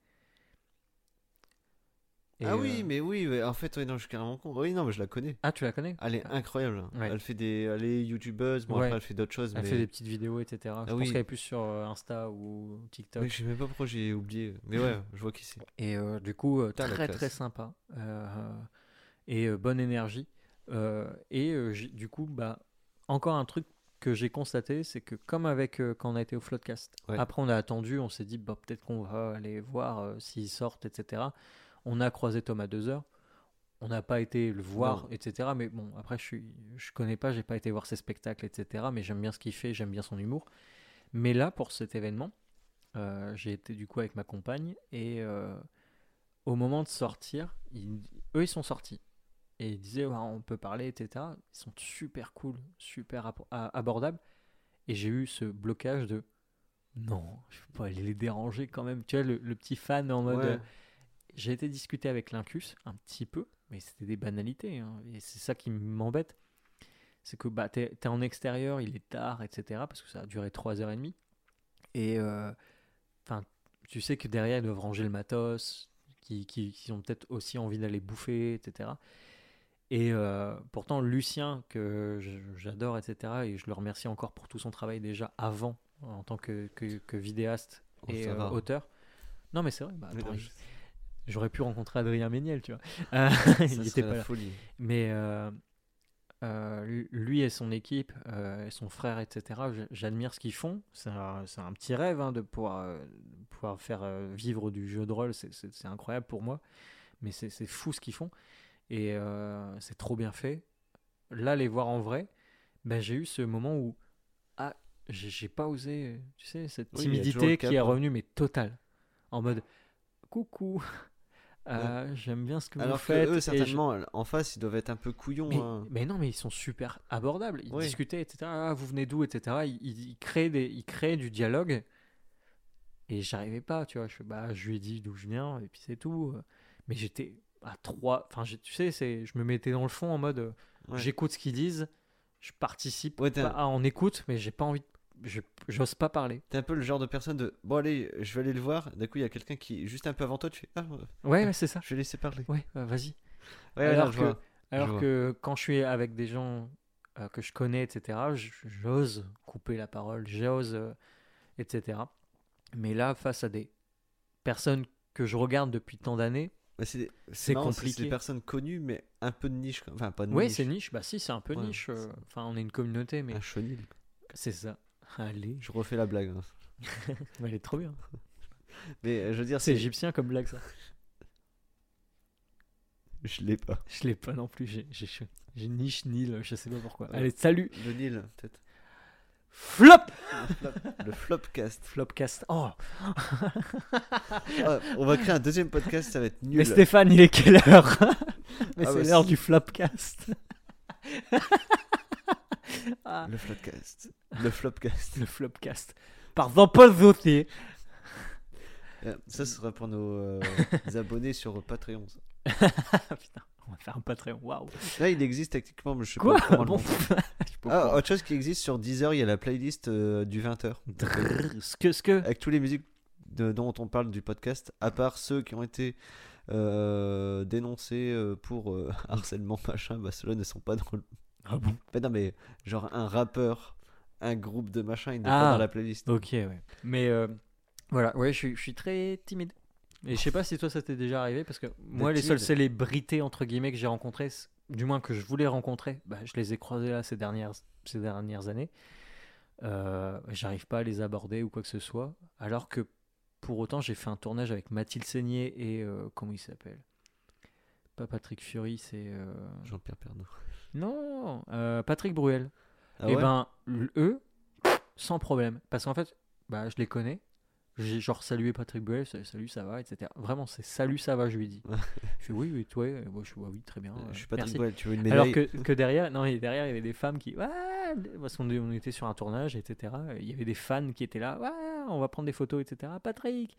Et, Ah oui, mais oui, mais en fait, ouais, non, je suis carrément con. Oui, non, mais je la connais. Ah, tu la connais? Elle est incroyable. Ouais. Elle est youtubeuse. Bon, Ouais. après, elle fait d'autres choses. Elle mais... fait des petites vidéos, etc. Je pense oui. qu'elle est plus sur Insta ou TikTok. Oui, je sais même pas pourquoi j'ai oublié. Mais ouais, je vois qui c'est. Et du coup, Putain, la très classe. très sympa. Et bonne énergie. Du coup, bah, encore un truc que j'ai constaté, c'est que comme avec quand on a été au Floodcast, Ouais. après on a attendu, on s'est dit bah, peut-être qu'on va aller voir s'ils sortent, etc. On a croisé Thomas 2 heures. On n'a pas été le voir, Non. etc. Mais bon, après, je connais pas, j'ai pas été voir ses spectacles, etc. Mais j'aime bien ce qu'il fait, j'aime bien son humour. Mais là, pour cet événement, j'ai été du coup avec ma compagne et au moment de sortir, eux ils sont sortis et ils disaient ouais, on peut parler, etc. Ils sont super cool, super abordables. Et j'ai eu ce blocage de non, je peux pas aller les déranger quand même. Tu vois, le petit fan en mode. Ouais. J'ai été discuter avec Lincus un petit peu, mais c'était des banalités. Hein, et c'est ça qui m'embête. C'est que bah, t'es en extérieur, il est tard, etc. Parce que ça a duré 3h30. Et tu sais que derrière, ils doivent ranger le matos, qui ont peut-être aussi envie d'aller bouffer, etc. Et pourtant, Lucien, que j'adore, etc., et je le remercie encore pour tout son travail déjà avant en tant que vidéaste Oh, et ça va. auteur. Non, mais c'est vrai. Bah, Mais attends, non, j'aurais pu rencontrer Adrien Méniel, tu vois. Euh, ça il était serait pas la là. folie. Mais lui et son équipe, et son frère, etc., j'admire ce qu'ils font. C'est un petit rêve hein, de pouvoir faire vivre du jeu de rôle. C'est incroyable pour moi. Mais c'est fou ce qu'ils font. Et c'est trop bien fait. Là, les voir en vrai, ben, j'ai eu ce moment où ah, j'ai pas osé, tu sais, cette Oui, il y a toujours le timidité qui cap, est hein. revenue, mais totale. En mode, coucou, Ouais. j'aime bien ce que vous Alors que faites. eux, Et certainement, en face, ils doivent être un peu mais, couillons, hein. mais non, mais ils sont super abordables. Ils Oui. discutaient, etc. Ah, vous venez d'où, etc. Ils créent du dialogue. Et j'arrivais pas, tu vois. Je lui ai dit d'où je viens, et puis c'est tout. Mais j'étais à trois. Enfin, tu sais, je me mettais dans le fond en mode, Ouais. j'écoute ce qu'ils disent, je participe Ouais, pas en écoute, mais j'ai pas envie. J'ose pas parler. t'es un peu le genre de personne de bon, allez, je vais aller le voir. D'un coup, il y a quelqu'un qui est juste un peu avant toi. Tu fais ah, Ouais, c'est ça. je vais laisser parler. Ouais, vas-y. Ouais, non, je vois. Alors vois. que quand je suis avec des gens que je connais, etc., j'ose couper la parole, j'ose, etc. Mais là, face à des personnes que je regarde depuis tant d'années, Bah, c'est marrant, c'est des compliqué. personnes connues, mais un peu de niche. Enfin, pas de Ouais, niche. c'est niche. Bah si, c'est un peu Ouais, niche. Enfin, on est une communauté, mais un chenil. c'est ça. Allez. Je refais la blague, hein. Mais elle est trop bien. Mais je veux dire, C'est égyptien comme blague, ça. Je l'ai pas. Je l'ai pas non plus. J'ai niche nil, je sais pas pourquoi. Allez, salut. Le Nil, peut-être. Flop. Le Flopcast. Flopcast. Oh. Ah, on va créer un deuxième podcast, ça va être nul. Mais Stéphane, il est quelle heure? Mais Ah c'est bah l'heure si. du Flopcast. Ah, Le Flopcast. Le Flopcast. le Flopcast. Pardon, pas voter. Ça, ce sera pour nos abonnés sur Patreon. Ça. Putain, on va faire un Patreon. Waouh. Là, il existe techniquement, mais je sais Quoi? pas comment le Bon. monter. Je sais pas Ah, pourquoi. autre chose qui existe sur Deezer, il y a la playlist du 20h. Ce que. Avec toutes les musiques dont on parle du podcast, à part ceux qui ont été dénoncés pour harcèlement machin, bah ceux-là ne sont pas dans le. Ah bon? Mais non, mais genre un rappeur, un groupe de machin, il n'est Ah. pas dans la playlist. Ok, ouais. Mais voilà, ouais, je suis très timide. Et je sais pas si toi ça t'est déjà arrivé, parce que moi, les seules timide. célébrités, entre guillemets, que j'ai rencontrées, du moins que je voulais rencontrer, bah, je les ai croisées là ces dernières années. J'arrive pas à les aborder ou quoi que ce soit. Alors que pour autant, j'ai fait un tournage avec Mathilde Seigné et comment il s'appelle? Pas Patrick Fury, c'est. Jean-Pierre Pernaut. Non, Patrick Bruel. Ah Et ouais. ben, sans problème. Parce qu'en fait, bah, je les connais. J'ai genre salué Patrick Bruel, salut, ça va, etc. Vraiment, c'est salut, ça va, je lui dis. Je fais oui, oui, toi, moi, je fais oui, très bien. Je suis Patrick merci. Bruel, tu veux une Alors médaille? que derrière, non, et derrière, il y avait des femmes qui. Ouais, parce on était sur un tournage, etc. Il y avait des fans qui étaient là. Ouais, on va prendre des photos, etc. Patrick.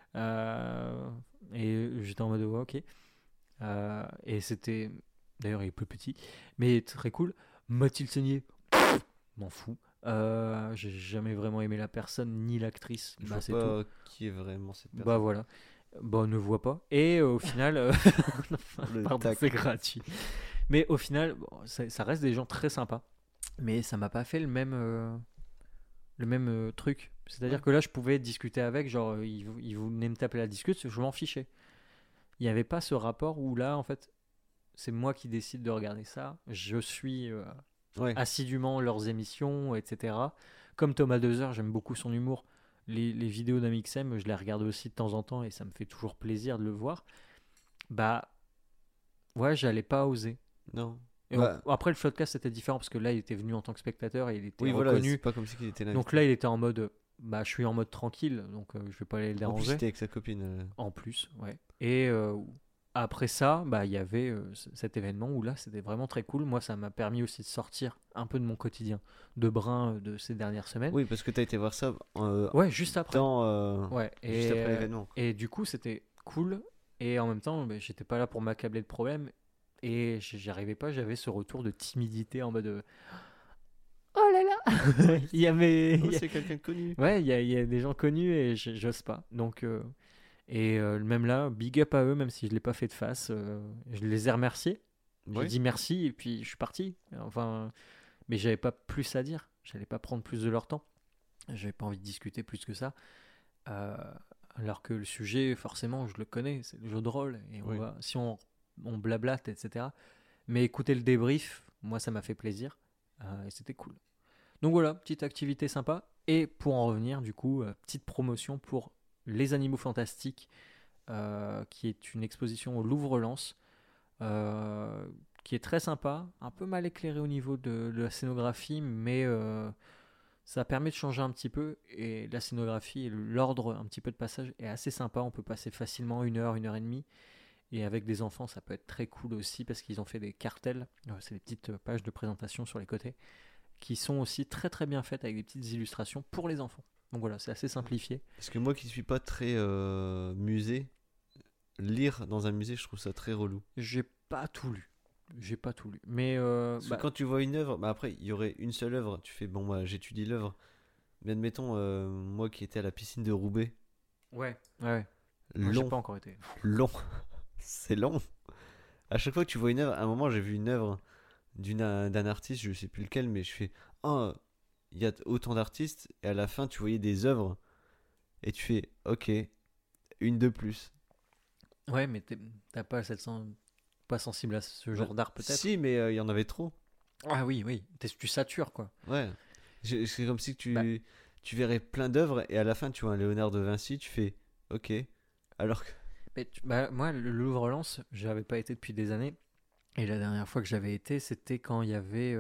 Et j'étais en mode ouais, ok. Et c'était. D'ailleurs, il est plus petit, mais très cool. Mathilde Seigné, m'en fous. J'ai jamais vraiment aimé la personne ni l'actrice. Je Bah, vois c'est pas tout. qui est vraiment cette personne. Bah voilà. Bah, on ne voit pas. Et au final, Le pardon, tac. c'est gratuit. Mais au final, bon, ça reste des gens très sympas. Mais ça m'a pas fait le même truc. C'est-à-dire Ouais. que là, je pouvais discuter avec, genre, ils venaient me taper la discute, je m'en fichais. Il n'y avait pas ce rapport où là, en fait, c'est moi qui décide de regarder ça. Je suis Ouais. assidûment leurs émissions, etc. Comme Thomas Dezer, j'aime beaucoup son humour. Les vidéos d'Amixem, je les regarde aussi de temps en temps et ça me fait toujours plaisir de le voir. Bah, ouais, j'allais pas oser. Non. Et Bah, après, le podcast c'était différent parce que là, il était venu en tant que spectateur et il était oui, voilà, reconnu. c'est pas comme si il était là. Donc là, il était en mode, bah, je suis en mode tranquille, donc je vais pas aller le En plus, déranger. c'était avec sa copine. En plus, ouais. Et après ça, bah, il y avait cet événement où là, c'était vraiment très cool. Moi, ça m'a permis aussi de sortir un peu de mon quotidien de brin de ces dernières semaines. Oui, parce que t'as été voir ça Ouais, juste après. Ouais. juste après l'événement. Et du coup, c'était cool. Et en même temps, bah, j'étais pas là pour m'accabler de problèmes. Et j'y arrivais pas. J'avais ce retour de timidité en mode oh là là. Il y avait. Oh, c'est quelqu'un de connu. Ouais, il y a des gens connus et j'ose pas. Donc, même là, big up à eux, même si je l'ai pas fait de face. Je les ai remerciés. J'ai Ouais. dit merci et puis je suis parti. Enfin, mais j'avais pas plus à dire. J'allais pas prendre plus de leur temps. J'ai pas envie de discuter plus que ça. Euh, alors que le sujet, forcément, je le connais, c'est le jeu de rôle. Et Oui. si on blablate, etc. Mais écouter le débrief, moi, ça m'a fait plaisir. Et c'était cool. Donc voilà, petite activité sympa. Et pour en revenir, du coup, petite promotion pour Les Animaux Fantastiques, qui est une exposition au Louvre-Lens, qui est très sympa, un peu mal éclairée au niveau de la scénographie, mais ça permet de changer un petit peu. Et la scénographie et l'ordre un petit peu de passage est assez sympa. On peut passer facilement 1 heure et demie. Et avec des enfants, ça peut être très cool aussi parce qu'ils ont fait des cartels. C'est des petites pages de présentation sur les côtés qui sont aussi très très bien faites avec des petites illustrations pour les enfants. Donc voilà, c'est assez simplifié. Parce que moi qui suis pas très musée, lire dans un musée, je trouve ça très relou. J'ai pas tout lu. J'ai pas tout lu. Mais Parce que quand tu vois une œuvre, bah après, il y aurait une seule œuvre, tu fais, bon, moi j'étudie l'œuvre. Mais admettons, moi qui étais à la piscine de Roubaix, ouais, ouais. Moi, j'ai long, pas encore été. long, c'est long. À chaque fois que tu vois une œuvre, à un moment j'ai vu une œuvre d'un artiste, je sais plus lequel, mais je fais, oh, il y a autant d'artistes, et à la fin tu voyais des œuvres, et tu fais, ok, une de plus. Ouais, mais t'as pas pas sensible à ce genre d'art peut-être. Si, mais il y en avait trop. Ah oui, oui. Tu satures quoi. Ouais. C'est comme si Bah, tu verrais plein d'œuvres, et à la fin tu vois un Léonard de Vinci, tu fais, ok. Alors que. bah, moi, le Louvre-Lens, j'avais pas été depuis des années. Et la dernière fois que j'avais été, c'était quand il y avait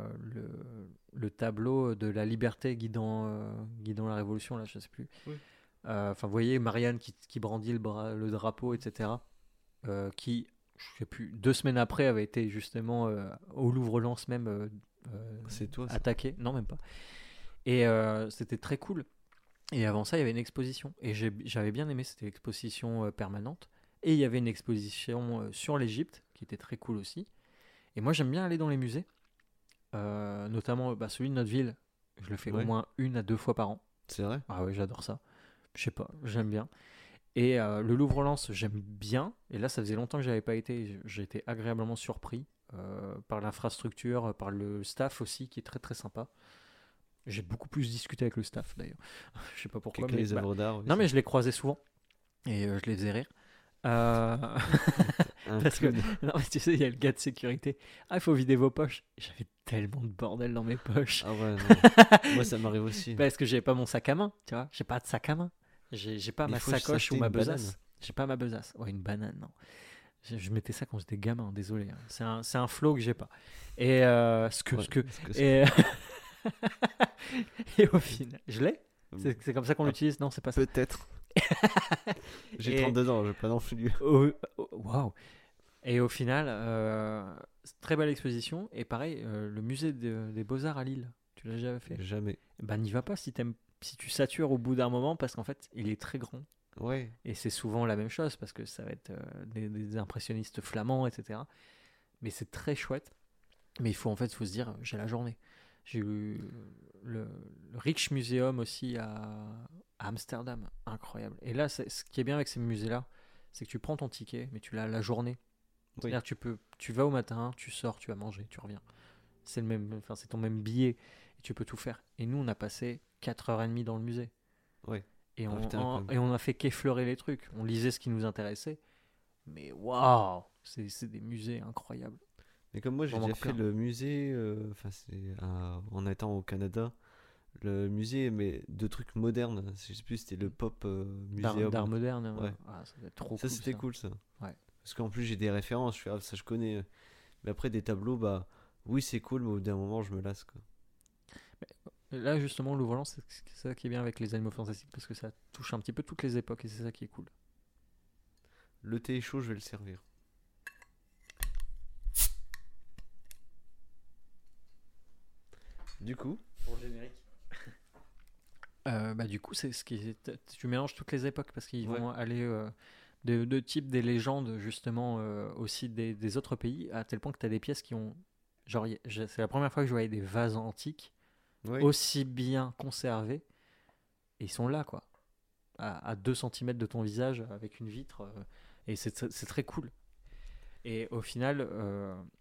le tableau de la liberté guidant la révolution, là, je sais plus. Oui. Enfin, vous voyez Marianne qui brandit le drapeau, etc. Qui, je sais plus, 2 semaines après, avait été justement au Louvre-Lens même C'est toi ça. attaqué. Non, même pas. Et c'était très cool. Et avant ça, il y avait une exposition. Et j'avais bien aimé, c'était l'exposition permanente. Et il y avait une exposition sur l'Égypte, qui était très cool aussi. Et moi, j'aime bien aller dans les musées, notamment bah, celui de notre ville. Je le fais au Ouais. moins 1 à 2 fois par an. C'est vrai. Ah ouais, j'adore ça. Je sais pas, j'aime bien. Et le Louvre-Lens, j'aime bien. Et là, ça faisait longtemps que j'avais pas été. J'ai été agréablement surpris par l'infrastructure, par le staff aussi, qui est très très sympa. J'ai beaucoup plus discuté avec le staff d'ailleurs. Je sais pas pourquoi, Quelqu'un mais les œuvres d'art aussi. non, mais je les croisais souvent et je les faisais rire. Euh, Un Parce que, clown. non, mais tu sais, il y a le gars de sécurité. Ah, il faut vider vos poches. J'avais tellement de bordel dans mes poches. Ah ouais, non. Moi ça m'arrive aussi. Parce que j'avais pas mon sac à main, tu vois. J'ai pas de sac à main. J'ai pas Mais ma il faut sacoche ou s'acheter ma une banane. besace. J'ai pas ma besace. Ouais, une banane, non. Je mettais ça quand j'étais gamin, désolé, hein. C'est un flow que j'ai pas. Et Ouais, et, et au final, je l'ai. C'est comme ça qu'on Ah, l'utilise. Non, c'est pas ça. peut-être. J'ai Et 32 ans, je vais pas non plus. waouh. Et au final, c'est très belle exposition. Et pareil, le musée des Beaux-Arts à Lille, tu l'as déjà fait? Jamais. Ben n'y va pas si tu satures au bout d'un moment parce qu'en fait, il est très grand. Ouais. Et c'est souvent la même chose parce que ça va être des impressionnistes flamands, etc. Mais c'est très chouette. Mais faut se dire, j'ai la journée. J'ai eu le Rijksmuseum aussi à Amsterdam, incroyable. Et là, ce qui est bien avec ces musées-là, c'est que tu prends ton ticket, mais tu l'as la journée. Oui. C'est-à-dire que tu vas au matin, tu sors, tu vas manger, tu reviens. C'est le même, enfin, c'est ton même billet et tu peux tout faire. Et nous, on a passé 4h30 dans le musée. Ouais. Et Ah, putain, quand même. et on a fait qu'effleurer les trucs. On lisait ce qui nous intéressait. Mais waouh, c'est des musées incroyables. Mais comme moi, j'ai Vraiment déjà fait plein. le musée, enfin, en étant au Canada, le musée, mais de trucs modernes. Je sais plus, c'était le Pop Museum. D'art moderne. Ouais. Ah, ça doit être trop Ça, cool. c'était Ça. cool, ça. Ouais. Parce qu'en plus, j'ai des références, je fais, ah, ça, je connais. Mais après, des tableaux, bah, oui, c'est cool, mais au bout d'un moment, je me lasse, quoi. Et là, justement, l'Ouvre-Lens, c'est ça qui est bien avec les animaux fantastiques parce que ça touche un petit peu toutes les époques et c'est ça qui est cool. Le thé est chaud, je vais le servir. Du coup, Pour le générique. Bah, du coup, c'est ce qui tu mélanges toutes les époques parce qu'ils Ouais. vont aller de type des légendes justement aussi des autres pays à tel point que tu as des pièces qui ont genre c'est la première fois que je voyais des vases antiques oui. aussi bien conservés et ils sont là quoi à 2 cm de ton visage avec une vitre et c'est très cool et au final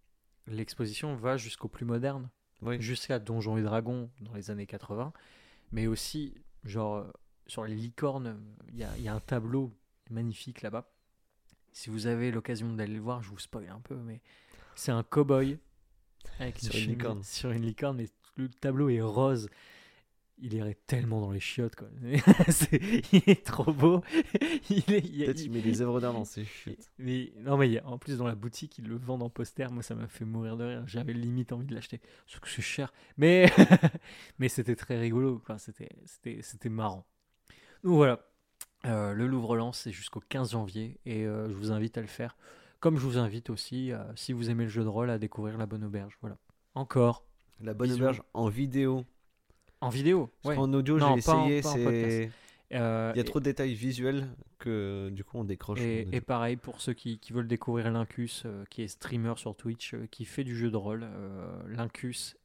l'exposition va jusqu'au plus moderne Oui. jusqu'à Donjons et Dragons dans les années 80. Mais aussi, genre, sur les licornes, il y a un tableau magnifique là-bas. Si vous avez l'occasion d'aller le voir, je vous spoil un peu, mais c'est un cow-boy avec Sur une licorne. sur une licorne, mais le tableau est rose. Il irait tellement dans les chiottes, quoi. Il est trop beau. Peut-être il met des œuvres d'art dans ses chutes. Mais, non, mais en plus, dans la boutique, ils le vendent en poster. Moi, ça m'a fait mourir de rire. J'avais limite envie de l'acheter. Sauf que c'est cher. Mais, mais c'était très rigolo, quoi. C'était marrant. Donc voilà. Le Louvre-Lens, c'est jusqu'au 15 janvier. Et je vous invite à le faire. Comme je vous invite aussi, si vous aimez le jeu de rôle, à découvrir La Bonne Auberge. Voilà. Encore. La Bonne Bisous. Auberge en vidéo. En vidéo. Parce Ouais. qu'en audio, Non, j'ai pas en- essayé. pas en Il podcast. y a trop de détails visuels que du coup on décroche. en Et audio. pareil pour ceux qui veulent découvrir Lincus, qui est streamer sur Twitch, qui fait du jeu de rôle. Lincus,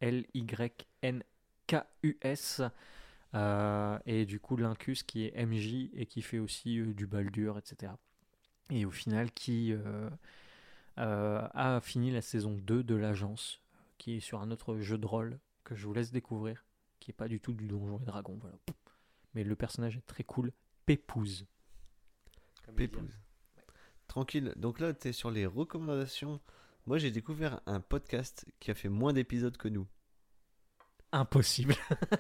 Lynknkus. Et du coup, Lincus qui est MJ et qui fait aussi du Baldur, etc. Et au final, qui a fini la saison 2 de l'agence, qui est sur un autre jeu de rôle que je vous laisse découvrir, qui est pas du tout du Donjon et Dragon. Voilà. Mais le personnage est très cool. Pépouze. Pépouze. Tranquille. Donc là, tu es sur les recommandations. Moi, j'ai découvert un podcast qui a fait moins d'épisodes que nous. Impossible.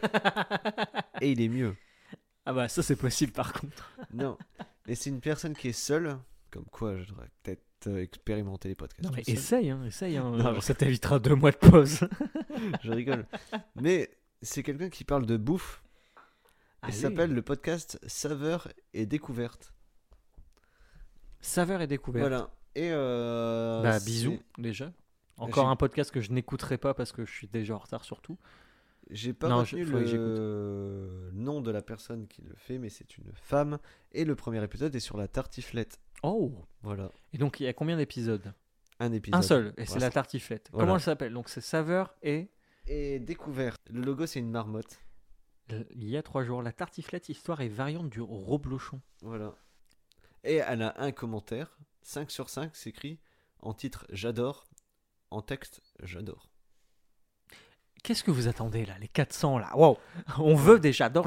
Et il est mieux. Ah bah ça c'est possible par contre. Non. Et c'est une personne qui est seule. Comme quoi, je devrais peut-être expérimenter les podcasts. Non mais tout seul. essaye. Non, Ça t'évitera 2 mois de pause. Je rigole. Mais c'est quelqu'un qui parle de bouffe. Allez. Il s'appelle le podcast Saveur et Découverte. Saveur et découverte. Voilà. Et Bah bisous déjà. Encore J'ai- un podcast que je n'écouterai pas parce que je suis déjà en retard surtout. J'ai pas Non, retenu faudrait que le nom de la personne qui le fait, mais c'est une femme. Et le premier épisode est sur la tartiflette. Oh. Voilà. Et donc il y a combien d'épisodes? Un épisode. Un seul. Et c'est Voilà. la tartiflette. Voilà. Comment elle s'appelle? Donc c'est Saveur et Et Découverte. Le logo, c'est une marmotte. il y a 3 jours. La tartiflette, histoire et variante du reblochon. Voilà. Et elle a un commentaire. 5 sur 5, c'est écrit en titre j'adore. En texte j'adore. Qu'est-ce que vous attendez là? Les 400 là. Wow. On veut des j'adore.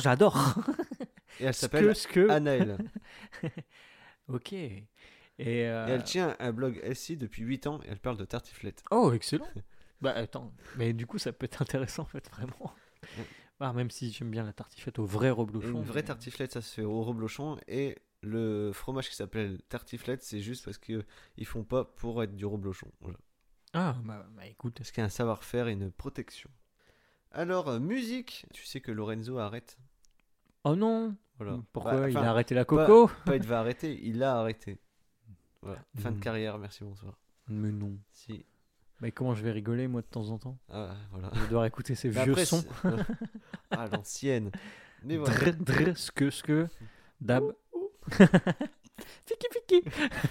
Et elle s'appelle Ce que. Anaëlle. Ok. Et Et elle tient un blog SI depuis 8 ans et elle parle de tartiflette. oh, excellent. Bah attends, mais du coup ça peut être intéressant en fait, vraiment. Ah, même si j'aime bien la tartiflette au vrai Et reblochon. une vraie mais- tartiflette, ça se fait au reblochon. Et le fromage qui s'appelle tartiflette, c'est juste parce qu'ils font pas pour être du reblochon. Voilà. Ah, bah écoute. Parce qu'il y a un savoir-faire et une protection. Alors, musique. Tu sais que Lorenzo arrête. Oh non. Voilà. Pourquoi Bah, il enfin, a arrêté la coco? Pas il va arrêter, il a arrêté. Voilà. Fin de Mm. carrière, merci, bonsoir. Mais non. Si. Mais comment je vais rigoler moi de temps en temps? Ah, voilà. Je dois écouter ces Mais vieux après, sons. Ah, l'ancienne. Mais voilà. Ce que. Dab. Fiki.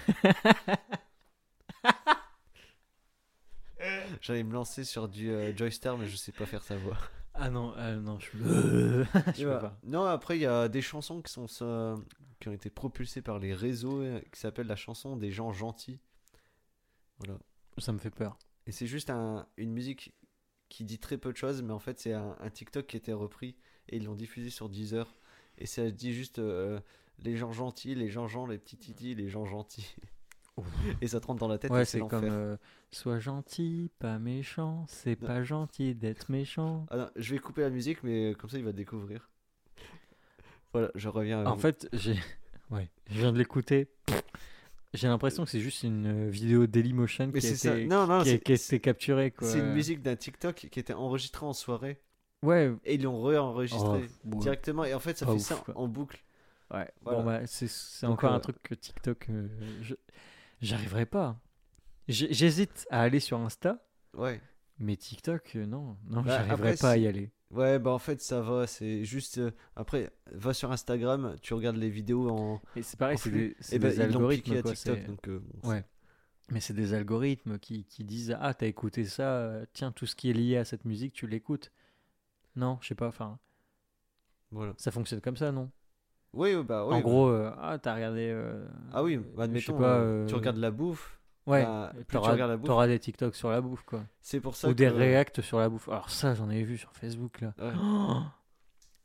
J'allais me lancer sur du Joystar, mais je sais pas faire sa voix. Ah non, je suis. Je Et peux voilà. pas. Non, après, il y a des chansons qui ont été propulsées par les réseaux, qui s'appellent la chanson des gens gentils. Voilà. Ça me fait peur. Et c'est juste une musique qui dit très peu de choses, mais en fait, c'est un TikTok qui était repris et ils l'ont diffusé sur Deezer. Et ça dit juste les gens gentils, les gens, les petits titis, les gens gentils. Ouf. Et ça te rentre dans la tête Ouais, et c'est c'est comme l'enfer. sois gentil, pas méchant. C'est Non. pas gentil d'être méchant. Ah non, je vais couper la musique, mais comme ça, il va découvrir. Voilà, je reviens à En vous. fait, ouais, je viens de l'écouter. J'ai l'impression que c'est juste une vidéo Dailymotion Mais qui a c'est ça. été, Non, non, qui a c'est été capturée, quoi. c'est une musique d'un TikTok qui était enregistrée en soirée. Ouais. Et ils l'ont réenregistré Oh, ouais. directement. Et en fait, ça Pas fait ouf, ça quoi. en boucle. Ouais. Voilà. Bon, bah, c'est Donc, encore un truc que TikTok. J'arriverai pas. J'hésite à aller sur Insta, Ouais. mais TikTok, non. Non, Bah, j'arriverai après, pas à si- y aller. Ouais, bah en fait, ça va. C'est juste. Après, va sur Instagram, tu regardes les vidéos en. Et c'est pareil, en c'est flux. des, c'est Et ben, des ils l'ont algorithmes, piqué à quoi. TikTok. c'est- Donc, bon, Ouais. Mais c'est des algorithmes qui disent ah t'as écouté ça, tiens tout ce qui est lié à cette musique tu l'écoutes. Non, je sais pas, enfin voilà. ça fonctionne comme ça non? Oui, bah oui. En bah. gros ah t'as regardé. Ah oui, bah, je sais admettons, pas. tu regardes la bouffe. Ouais. bah, plus tu t'auras regardes la bouffe, t'auras des TikTok sur la bouffe quoi. c'est pour ça Ou que. des réacts sur la bouffe. Alors ça j'en ai vu sur Facebook là. Ouais. Oh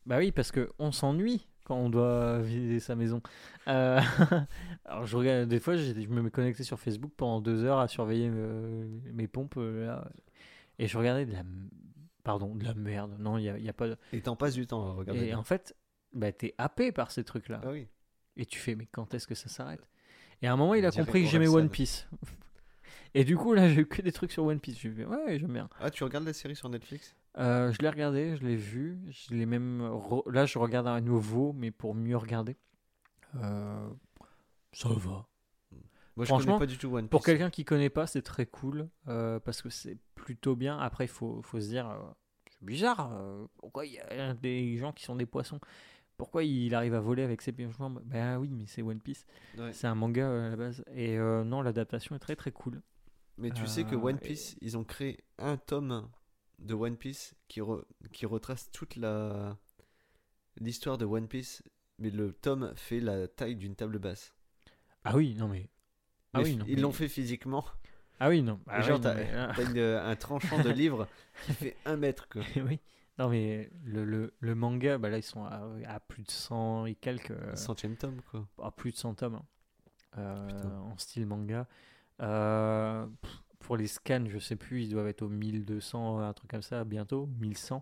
Bah oui, parce que on s'ennuie quand on doit vider sa maison. Euh, Alors je regarde, des fois, je me connectais sur Facebook pendant 2 heures à surveiller mes pompes là, et je regardais pardon, de la merde. Non, il y a pas. Et t'en passes du temps à regarder Et là. en fait, bah t'es happé par ces trucs-là. Ah oui. Et tu fais, mais quand est-ce que ça s'arrête? Et à un moment, il On a dirait compris que j'aimais One Orelsan. Piece. Et du coup, là, j'ai eu que des trucs sur One Piece. J'ai fait, ouais, j'aime bien. Ah, tu regardes la série sur Netflix? Je l'ai regardé, je l'ai vu. Je l'ai même. Là, je regarde à nouveau, mais pour mieux regarder. Euh, Ça va. Moi, je connais Franchement, pas du tout One pour Piece. quelqu'un qui connaît pas, c'est très cool. Parce que c'est plutôt bien. Après, il faut se dire. C'est bizarre. Pourquoi il y a des gens qui sont des poissons? Pourquoi il arrive à voler avec ses jambes? Ben oui, mais c'est One Piece. Ouais. C'est un manga à la base. Et non, l'adaptation est très très cool. Mais tu sais que One Et- Piece, ils ont créé un tome de One Piece qui retrace toute l'histoire de One Piece, mais le tome fait la taille d'une table basse. Ah oui, non mais. Ah Mais oui, non ils mais. l'ont fait physiquement. Ah oui, non. Et Ah genre, oui, non t'as mais. t'as un tranchant de livre qui fait 1 mètre, quoi. Oui. Non mais le manga, bah là ils sont à plus de 100 et quelques. Le centième tome, quoi. À plus de 100 tomes, hein, Putain. en style manga. Pour les scans, je sais plus, ils doivent être au 1200, un truc comme ça, bientôt, 1100.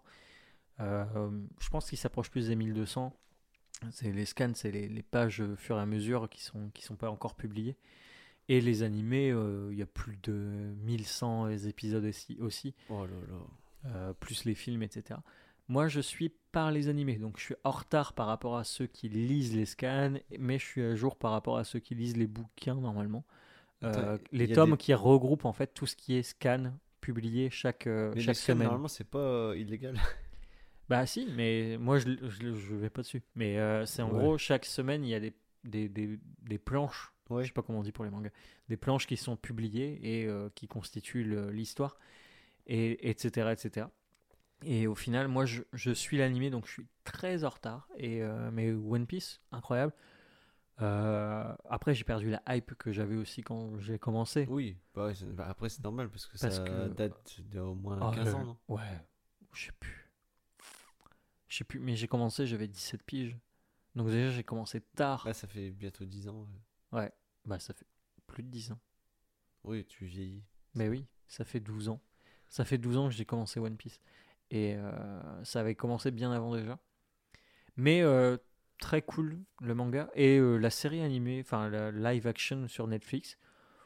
Je pense qu'ils s'approchent plus des 1200. Les scans, c'est les pages au fur et à mesure qui sont pas encore publiées. Et les animés, il y a plus de 1100 épisodes aussi, Oh là là. plus les films, etc. Moi, je suis par les animés, donc je suis en retard par rapport à ceux qui lisent les scans, mais je suis à jour par rapport à ceux qui lisent les bouquins normalement. Attends, il Les y a tomes des... qui regroupent en fait tout ce qui est scan publié Mais les chaque scans, semaine. normalement, c'est pas illégal. Bah si, mais moi je vais pas dessus. Mais c'est en Ouais. gros chaque semaine il y a des planches, je Ouais. sais pas comment on dit pour les mangas, des planches qui sont publiées et qui constituent l'histoire, et etc. etc. Et au final, moi je suis l'animé donc je suis très en retard. Mais One Piece, incroyable. Après j'ai perdu la hype que j'avais aussi quand j'ai commencé. Oui. Bah ouais, bah après, c'est normal parce que Parce ça que. date d'au moins Oh, 15 ans, non? ouais, je sais plus. Je sais plus, mais j'ai commencé, j'avais 17 piges. Donc déjà, j'ai commencé tard. Là, ça fait bientôt 10 ans. Ouais, bah ça fait plus de 10 ans. Oui, tu vieillis. Mais oui, ça fait 12 ans. Ça fait 12 ans que j'ai commencé One Piece. Et ça avait commencé bien avant déjà. Mais très cool, le manga. Et la série animée, enfin la live action sur Netflix.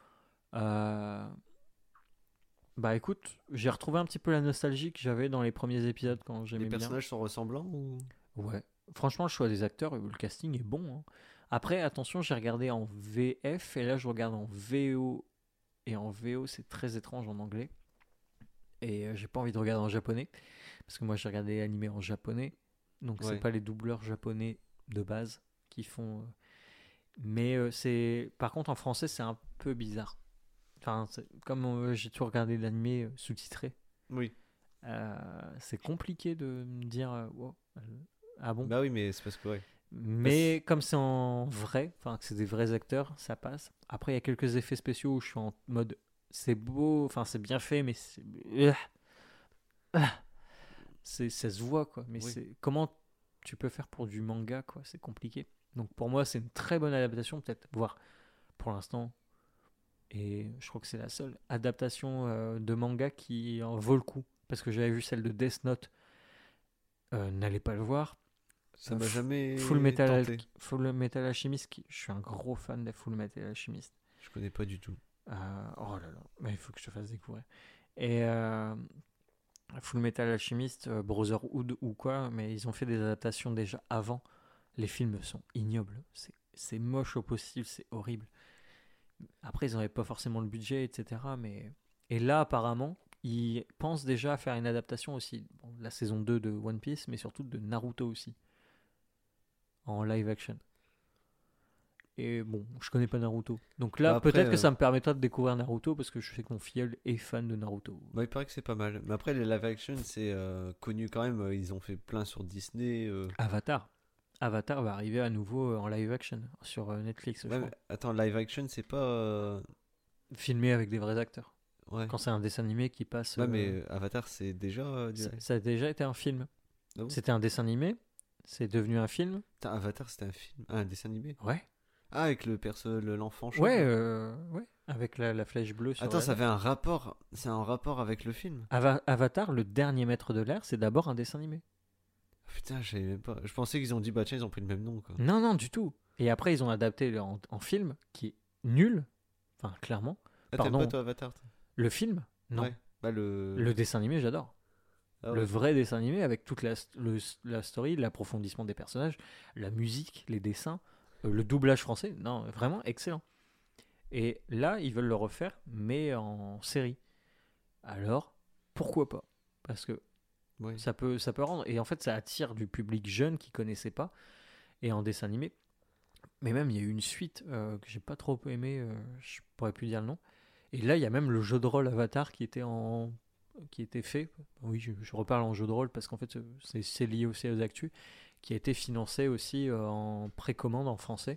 Euh, Bah écoute, j'ai retrouvé un petit peu la nostalgie que j'avais dans les premiers épisodes quand Les j'aimais bien. personnages sont ressemblants ou... Ouais. Franchement, le choix des acteurs, le casting est bon, hein. Après, attention, j'ai regardé en VF et là, je regarde en VO. Et en VO, c'est très étrange en anglais. Et j'ai pas envie de regarder en japonais. Parce que moi, j'ai regardé animé en japonais. Donc, c'est Ouais. pas les doubleurs japonais de base qui font. Mais c'est. Par contre, en français, c'est un peu bizarre. Enfin, comme j'ai toujours regardé l'animé sous-titré, Oui. c'est compliqué de me dire. Wow, ah bon? Bah oui, mais c'est parce que, ouais. Mais comme c'est en vrai, enfin que c'est des vrais acteurs, ça passe. Après, il y a quelques effets spéciaux où je suis en mode c'est beau, enfin c'est bien fait, mais ça se voit quoi. Mais Oui. c'est comment tu peux faire pour du manga quoi, c'est compliqué. Donc pour moi, c'est une très bonne adaptation, peut-être voire pour l'instant. Et je crois que c'est la seule adaptation de manga qui en vaut le coup. Parce que j'avais vu celle de Death Note, n'allez pas le voir. Ça m'a jamais Full tenté. Full Metal Alchemist, je suis un gros fan de Full Metal Alchemist. Je connais pas du tout. Oh là là, mais il faut que je te fasse découvrir. Et Full Metal Alchemist, Brotherhood ou quoi, mais ils ont fait des adaptations déjà avant. Les films sont ignobles, c'est moche au possible, c'est horrible. Après, ils n'avaient pas forcément le budget, etc. Et là, apparemment, ils pensent déjà à faire une adaptation aussi. Bon, la saison 2 de One Piece, mais surtout de Naruto aussi, en live action. Et bon, je connais pas Naruto. Donc là, Bah après, peut-être que ça me permettra de découvrir Naruto parce que je sais que mon filleul est fan de Naruto. bah, il paraît que c'est pas mal. Mais après, les live action, c'est connu quand même. Ils ont fait plein sur Disney. Avatar. Avatar va arriver à nouveau en live action sur Netflix, je Ouais, crois. mais attends, live action, c'est pas. Filmé avec des vrais acteurs. Ouais. Quand c'est un dessin animé qui passe. Ouais, mais Avatar, c'est déjà du live. Ça a déjà été un film. Ah bon. C'était un dessin animé. C'est devenu un film. Putain, Avatar, c'était un film, un dessin animé. Ouais. Ah, avec l'enfant chauve. Ouais, ouais. Avec la flèche bleue sur Attends, la ça avait un rapport. C'est un rapport avec le film. Avatar, le dernier maître de l'air, c'est d'abord un dessin animé. Putain, je savais même pas. Je pensais qu'ils ont dit, bah tiens, ils ont pris le même nom, quoi. Non, non, du tout. Et après, ils ont adapté en film, qui est nul. Enfin, clairement. Ah, t'aimes Pardon. pas toi Avatar toi Le film. Non. Ouais. Bah Le dessin animé, j'adore. Ah Le ouais. vrai dessin animé avec toute la story, l'approfondissement des personnages, la musique, les dessins, le doublage français. Non, vraiment excellent. Et là, ils veulent le refaire, mais en série. Alors, pourquoi pas? Parce que Ouais. ça peut rendre. Et en fait, ça attire du public jeune qui connaissait pas. Et en dessin animé. Mais même, il y a eu une suite que j'ai pas trop aimé. Je pourrais plus dire le nom. Et là, il y a même le jeu de rôle Avatar qui était fait. Oui, je reparle en jeu de rôle parce qu'en fait, c'est lié aussi aux actus. Qui a été financé aussi en précommande en français.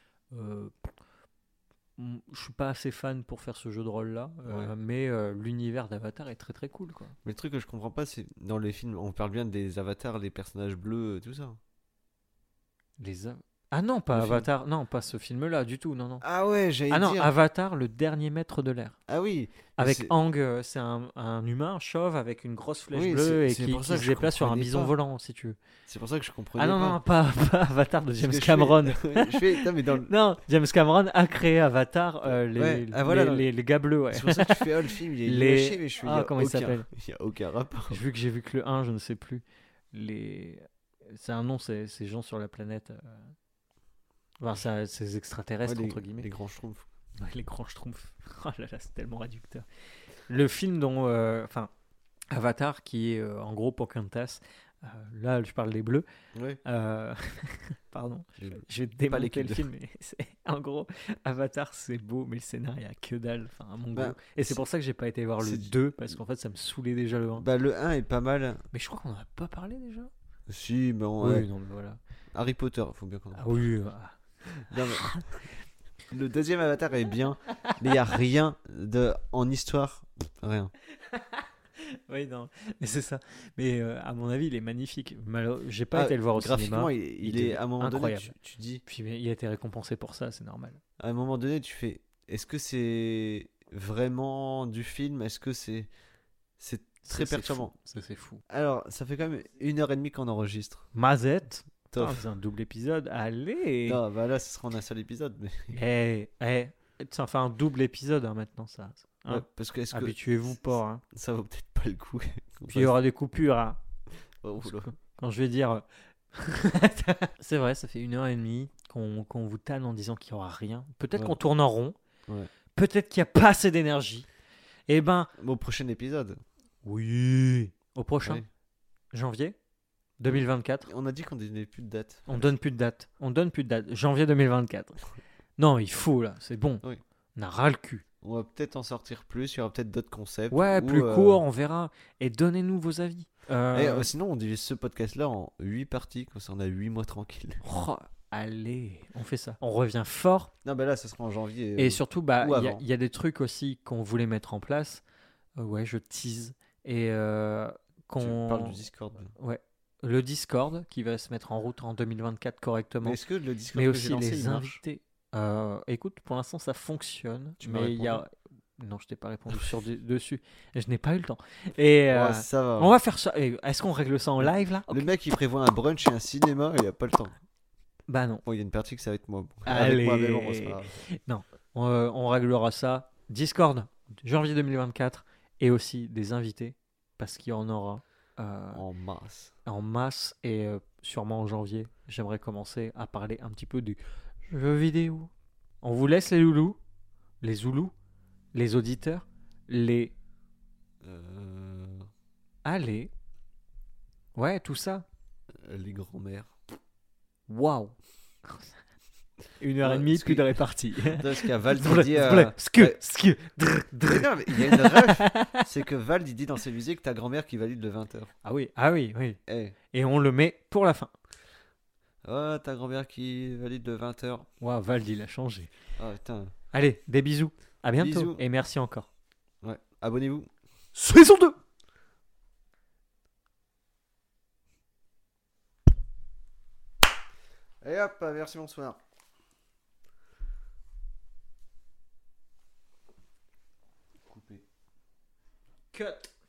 Je suis pas assez fan pour faire ce jeu de rôle là, Ouais. mais l'univers d'Avatar est très très cool quoi. Mais le truc que je comprends pas, c'est dans les films, on parle bien des avatars, les personnages bleus, tout ça. Ah non, pas Le film. Avatar, non, pas ce film là du tout, non, non. Ah ouais, j'allais Ah non, dire. Avatar, le dernier maître de l'air. Ah oui. Avec c'est- Aang, c'est un humain chauve avec une grosse flèche Oui, bleue et c'est qui pour ça que se je déplace sur un comprenais bison pas. volant, si tu veux. C'est pour ça que je comprenais Ah non, pas. non, pas Avatar de Parce James que je Cameron. je fais. Putain, mais dans le- Non, James Cameron a créé Avatar, Ouais, ah voilà, non. les gars bleus, ouais. C'est pour ça que tu fais, oh, le film, il est Les- lâché, mais je suis. Ah, il y a comment il aucun- s'appelle Il y a aucun rapport. J'ai vu que le 1, je ne sais plus. C'est un nom, c'est ces gens sur la planète. Enfin, c'est ces extraterrestres, Ouais, entre guillemets. les grands schtroumpfs. Ouais, les grands schtroumpfs. Oh là là, c'est tellement réducteur. Le film dont. Enfin, Avatar, qui est en gros Pocahontas. Là, je parle des bleus. Ouais. Pardon, Les- je vais démonter l'équipe le de- film. Mais en gros, Avatar, c'est beau, mais le scénario, il y a que dalle. Enfin, à mon Bah, goût. Et c'est pour ça que j'ai pas été voir le c'est- 2, parce qu'en fait, ça me saulait déjà le 1. Bah, le 1 est pas mal. Mais je crois qu'on en a pas parlé déjà. Si, mais Oui, non, mais voilà. Harry Potter, faut bien qu'on. Ah oui, Non, mais- Le deuxième Avatar est bien, mais il y a rien en histoire, rien. oui, non, mais c'est ça. Mais à mon avis, il est magnifique. J'ai pas Ah, été le voir au graphiquement, cinéma. il Il est est à un moment donné, incroyable. tu dis, Puis il a été récompensé pour ça, c'est normal. à un moment donné, tu fais, est-ce que c'est vraiment du film? Est-ce que c'est très Ça, c'est perturbant? fou. Ça, c'est fou. Alors, ça fait quand même 1h30 qu'on enregistre. Mazette. Top. C'est un double épisode. Allez. Non, bah là, ce sera en un seul épisode, mais Ça fait un double épisode hein, maintenant, ça. Hein. ouais, parce que est-ce que Habituez-vous pas. Hein. ça vaut peut-être pas le coup. qu'on Puis il y fasse- aura des coupures. Hein. Oh, oula. Quand je vais dire. C'est vrai, ça fait 1h30 qu'on vous tanne en disant qu'il n'y aura rien. Peut-être Ouais. qu'on tourne en rond. Ouais. Peut-être qu'il n'y a pas assez d'énergie. Eh ben, Au prochain épisode. oui. Au prochain, Ouais. janvier 2024. On a dit qu'on donnait plus de date. On donne plus de date. Janvier 2024. Non, il faut là, c'est bon. Oui. On a ras le cul. On va peut-être en sortir plus, il y aura peut-être d'autres concepts. Ouais, ou, plus court, on verra. Et donnez-nous vos avis. Sinon, on divise ce podcast-là en 8 parties, comme ça on a 8 mois tranquilles. Oh, allez, on fait ça. On revient fort. Non, bah là, ça sera en janvier. Et surtout, bah, ou il avant. y a des trucs aussi qu'on voulait mettre en place. Ouais, je tease. Et Tu qu'on. parles du Discord. Ouais. Le Discord qui va se mettre en route en 2024 correctement. Mais est-ce que le Discord Mais que aussi j'ai lancé, les il marche invités. Écoute, pour l'instant, ça fonctionne. Tu m'as mais il y a. répondu Non, je t'ai pas répondu dessus. Je n'ai pas eu le temps. Et Ouais, ça va. on va faire ça. Est-ce qu'on règle ça en live là? Le mec, il prévoit un brunch et un cinéma, il a pas le temps. Bah non. Bon, il y a une partie que ça va être moi. Allez. Avec moi, mais bon, c'est pas grave. On réglera ça. Discord, janvier 2024. Et aussi des invités. Parce qu'il y en aura En masse. en masse. Et sûrement en janvier, j'aimerais commencer à parler un petit peu du jeu vidéo. On vous laisse les loulous, les zoulous, les auditeurs, les... Allez. Ouais, tout ça. Les grands-mères. Waouh. 1h30, parce plus que- de répartie. Parce qu'il y a Val qui dit. Mais non, mais il y a une ref. C'est que Val, il dit dans ses musiques ta grand-mère qui valide le 20h. Ah oui, ah oui, oui. Eh. Et on le met pour la fin. Oh, ta grand-mère qui valide le 20h. Waouh, Vald, il a changé. Ah, putain. Allez, des bisous. À bientôt. Bisous. Et merci encore. Ouais. Abonnez-vous. Saison 2. Et hop, merci, bonsoir. Coupé. Cut.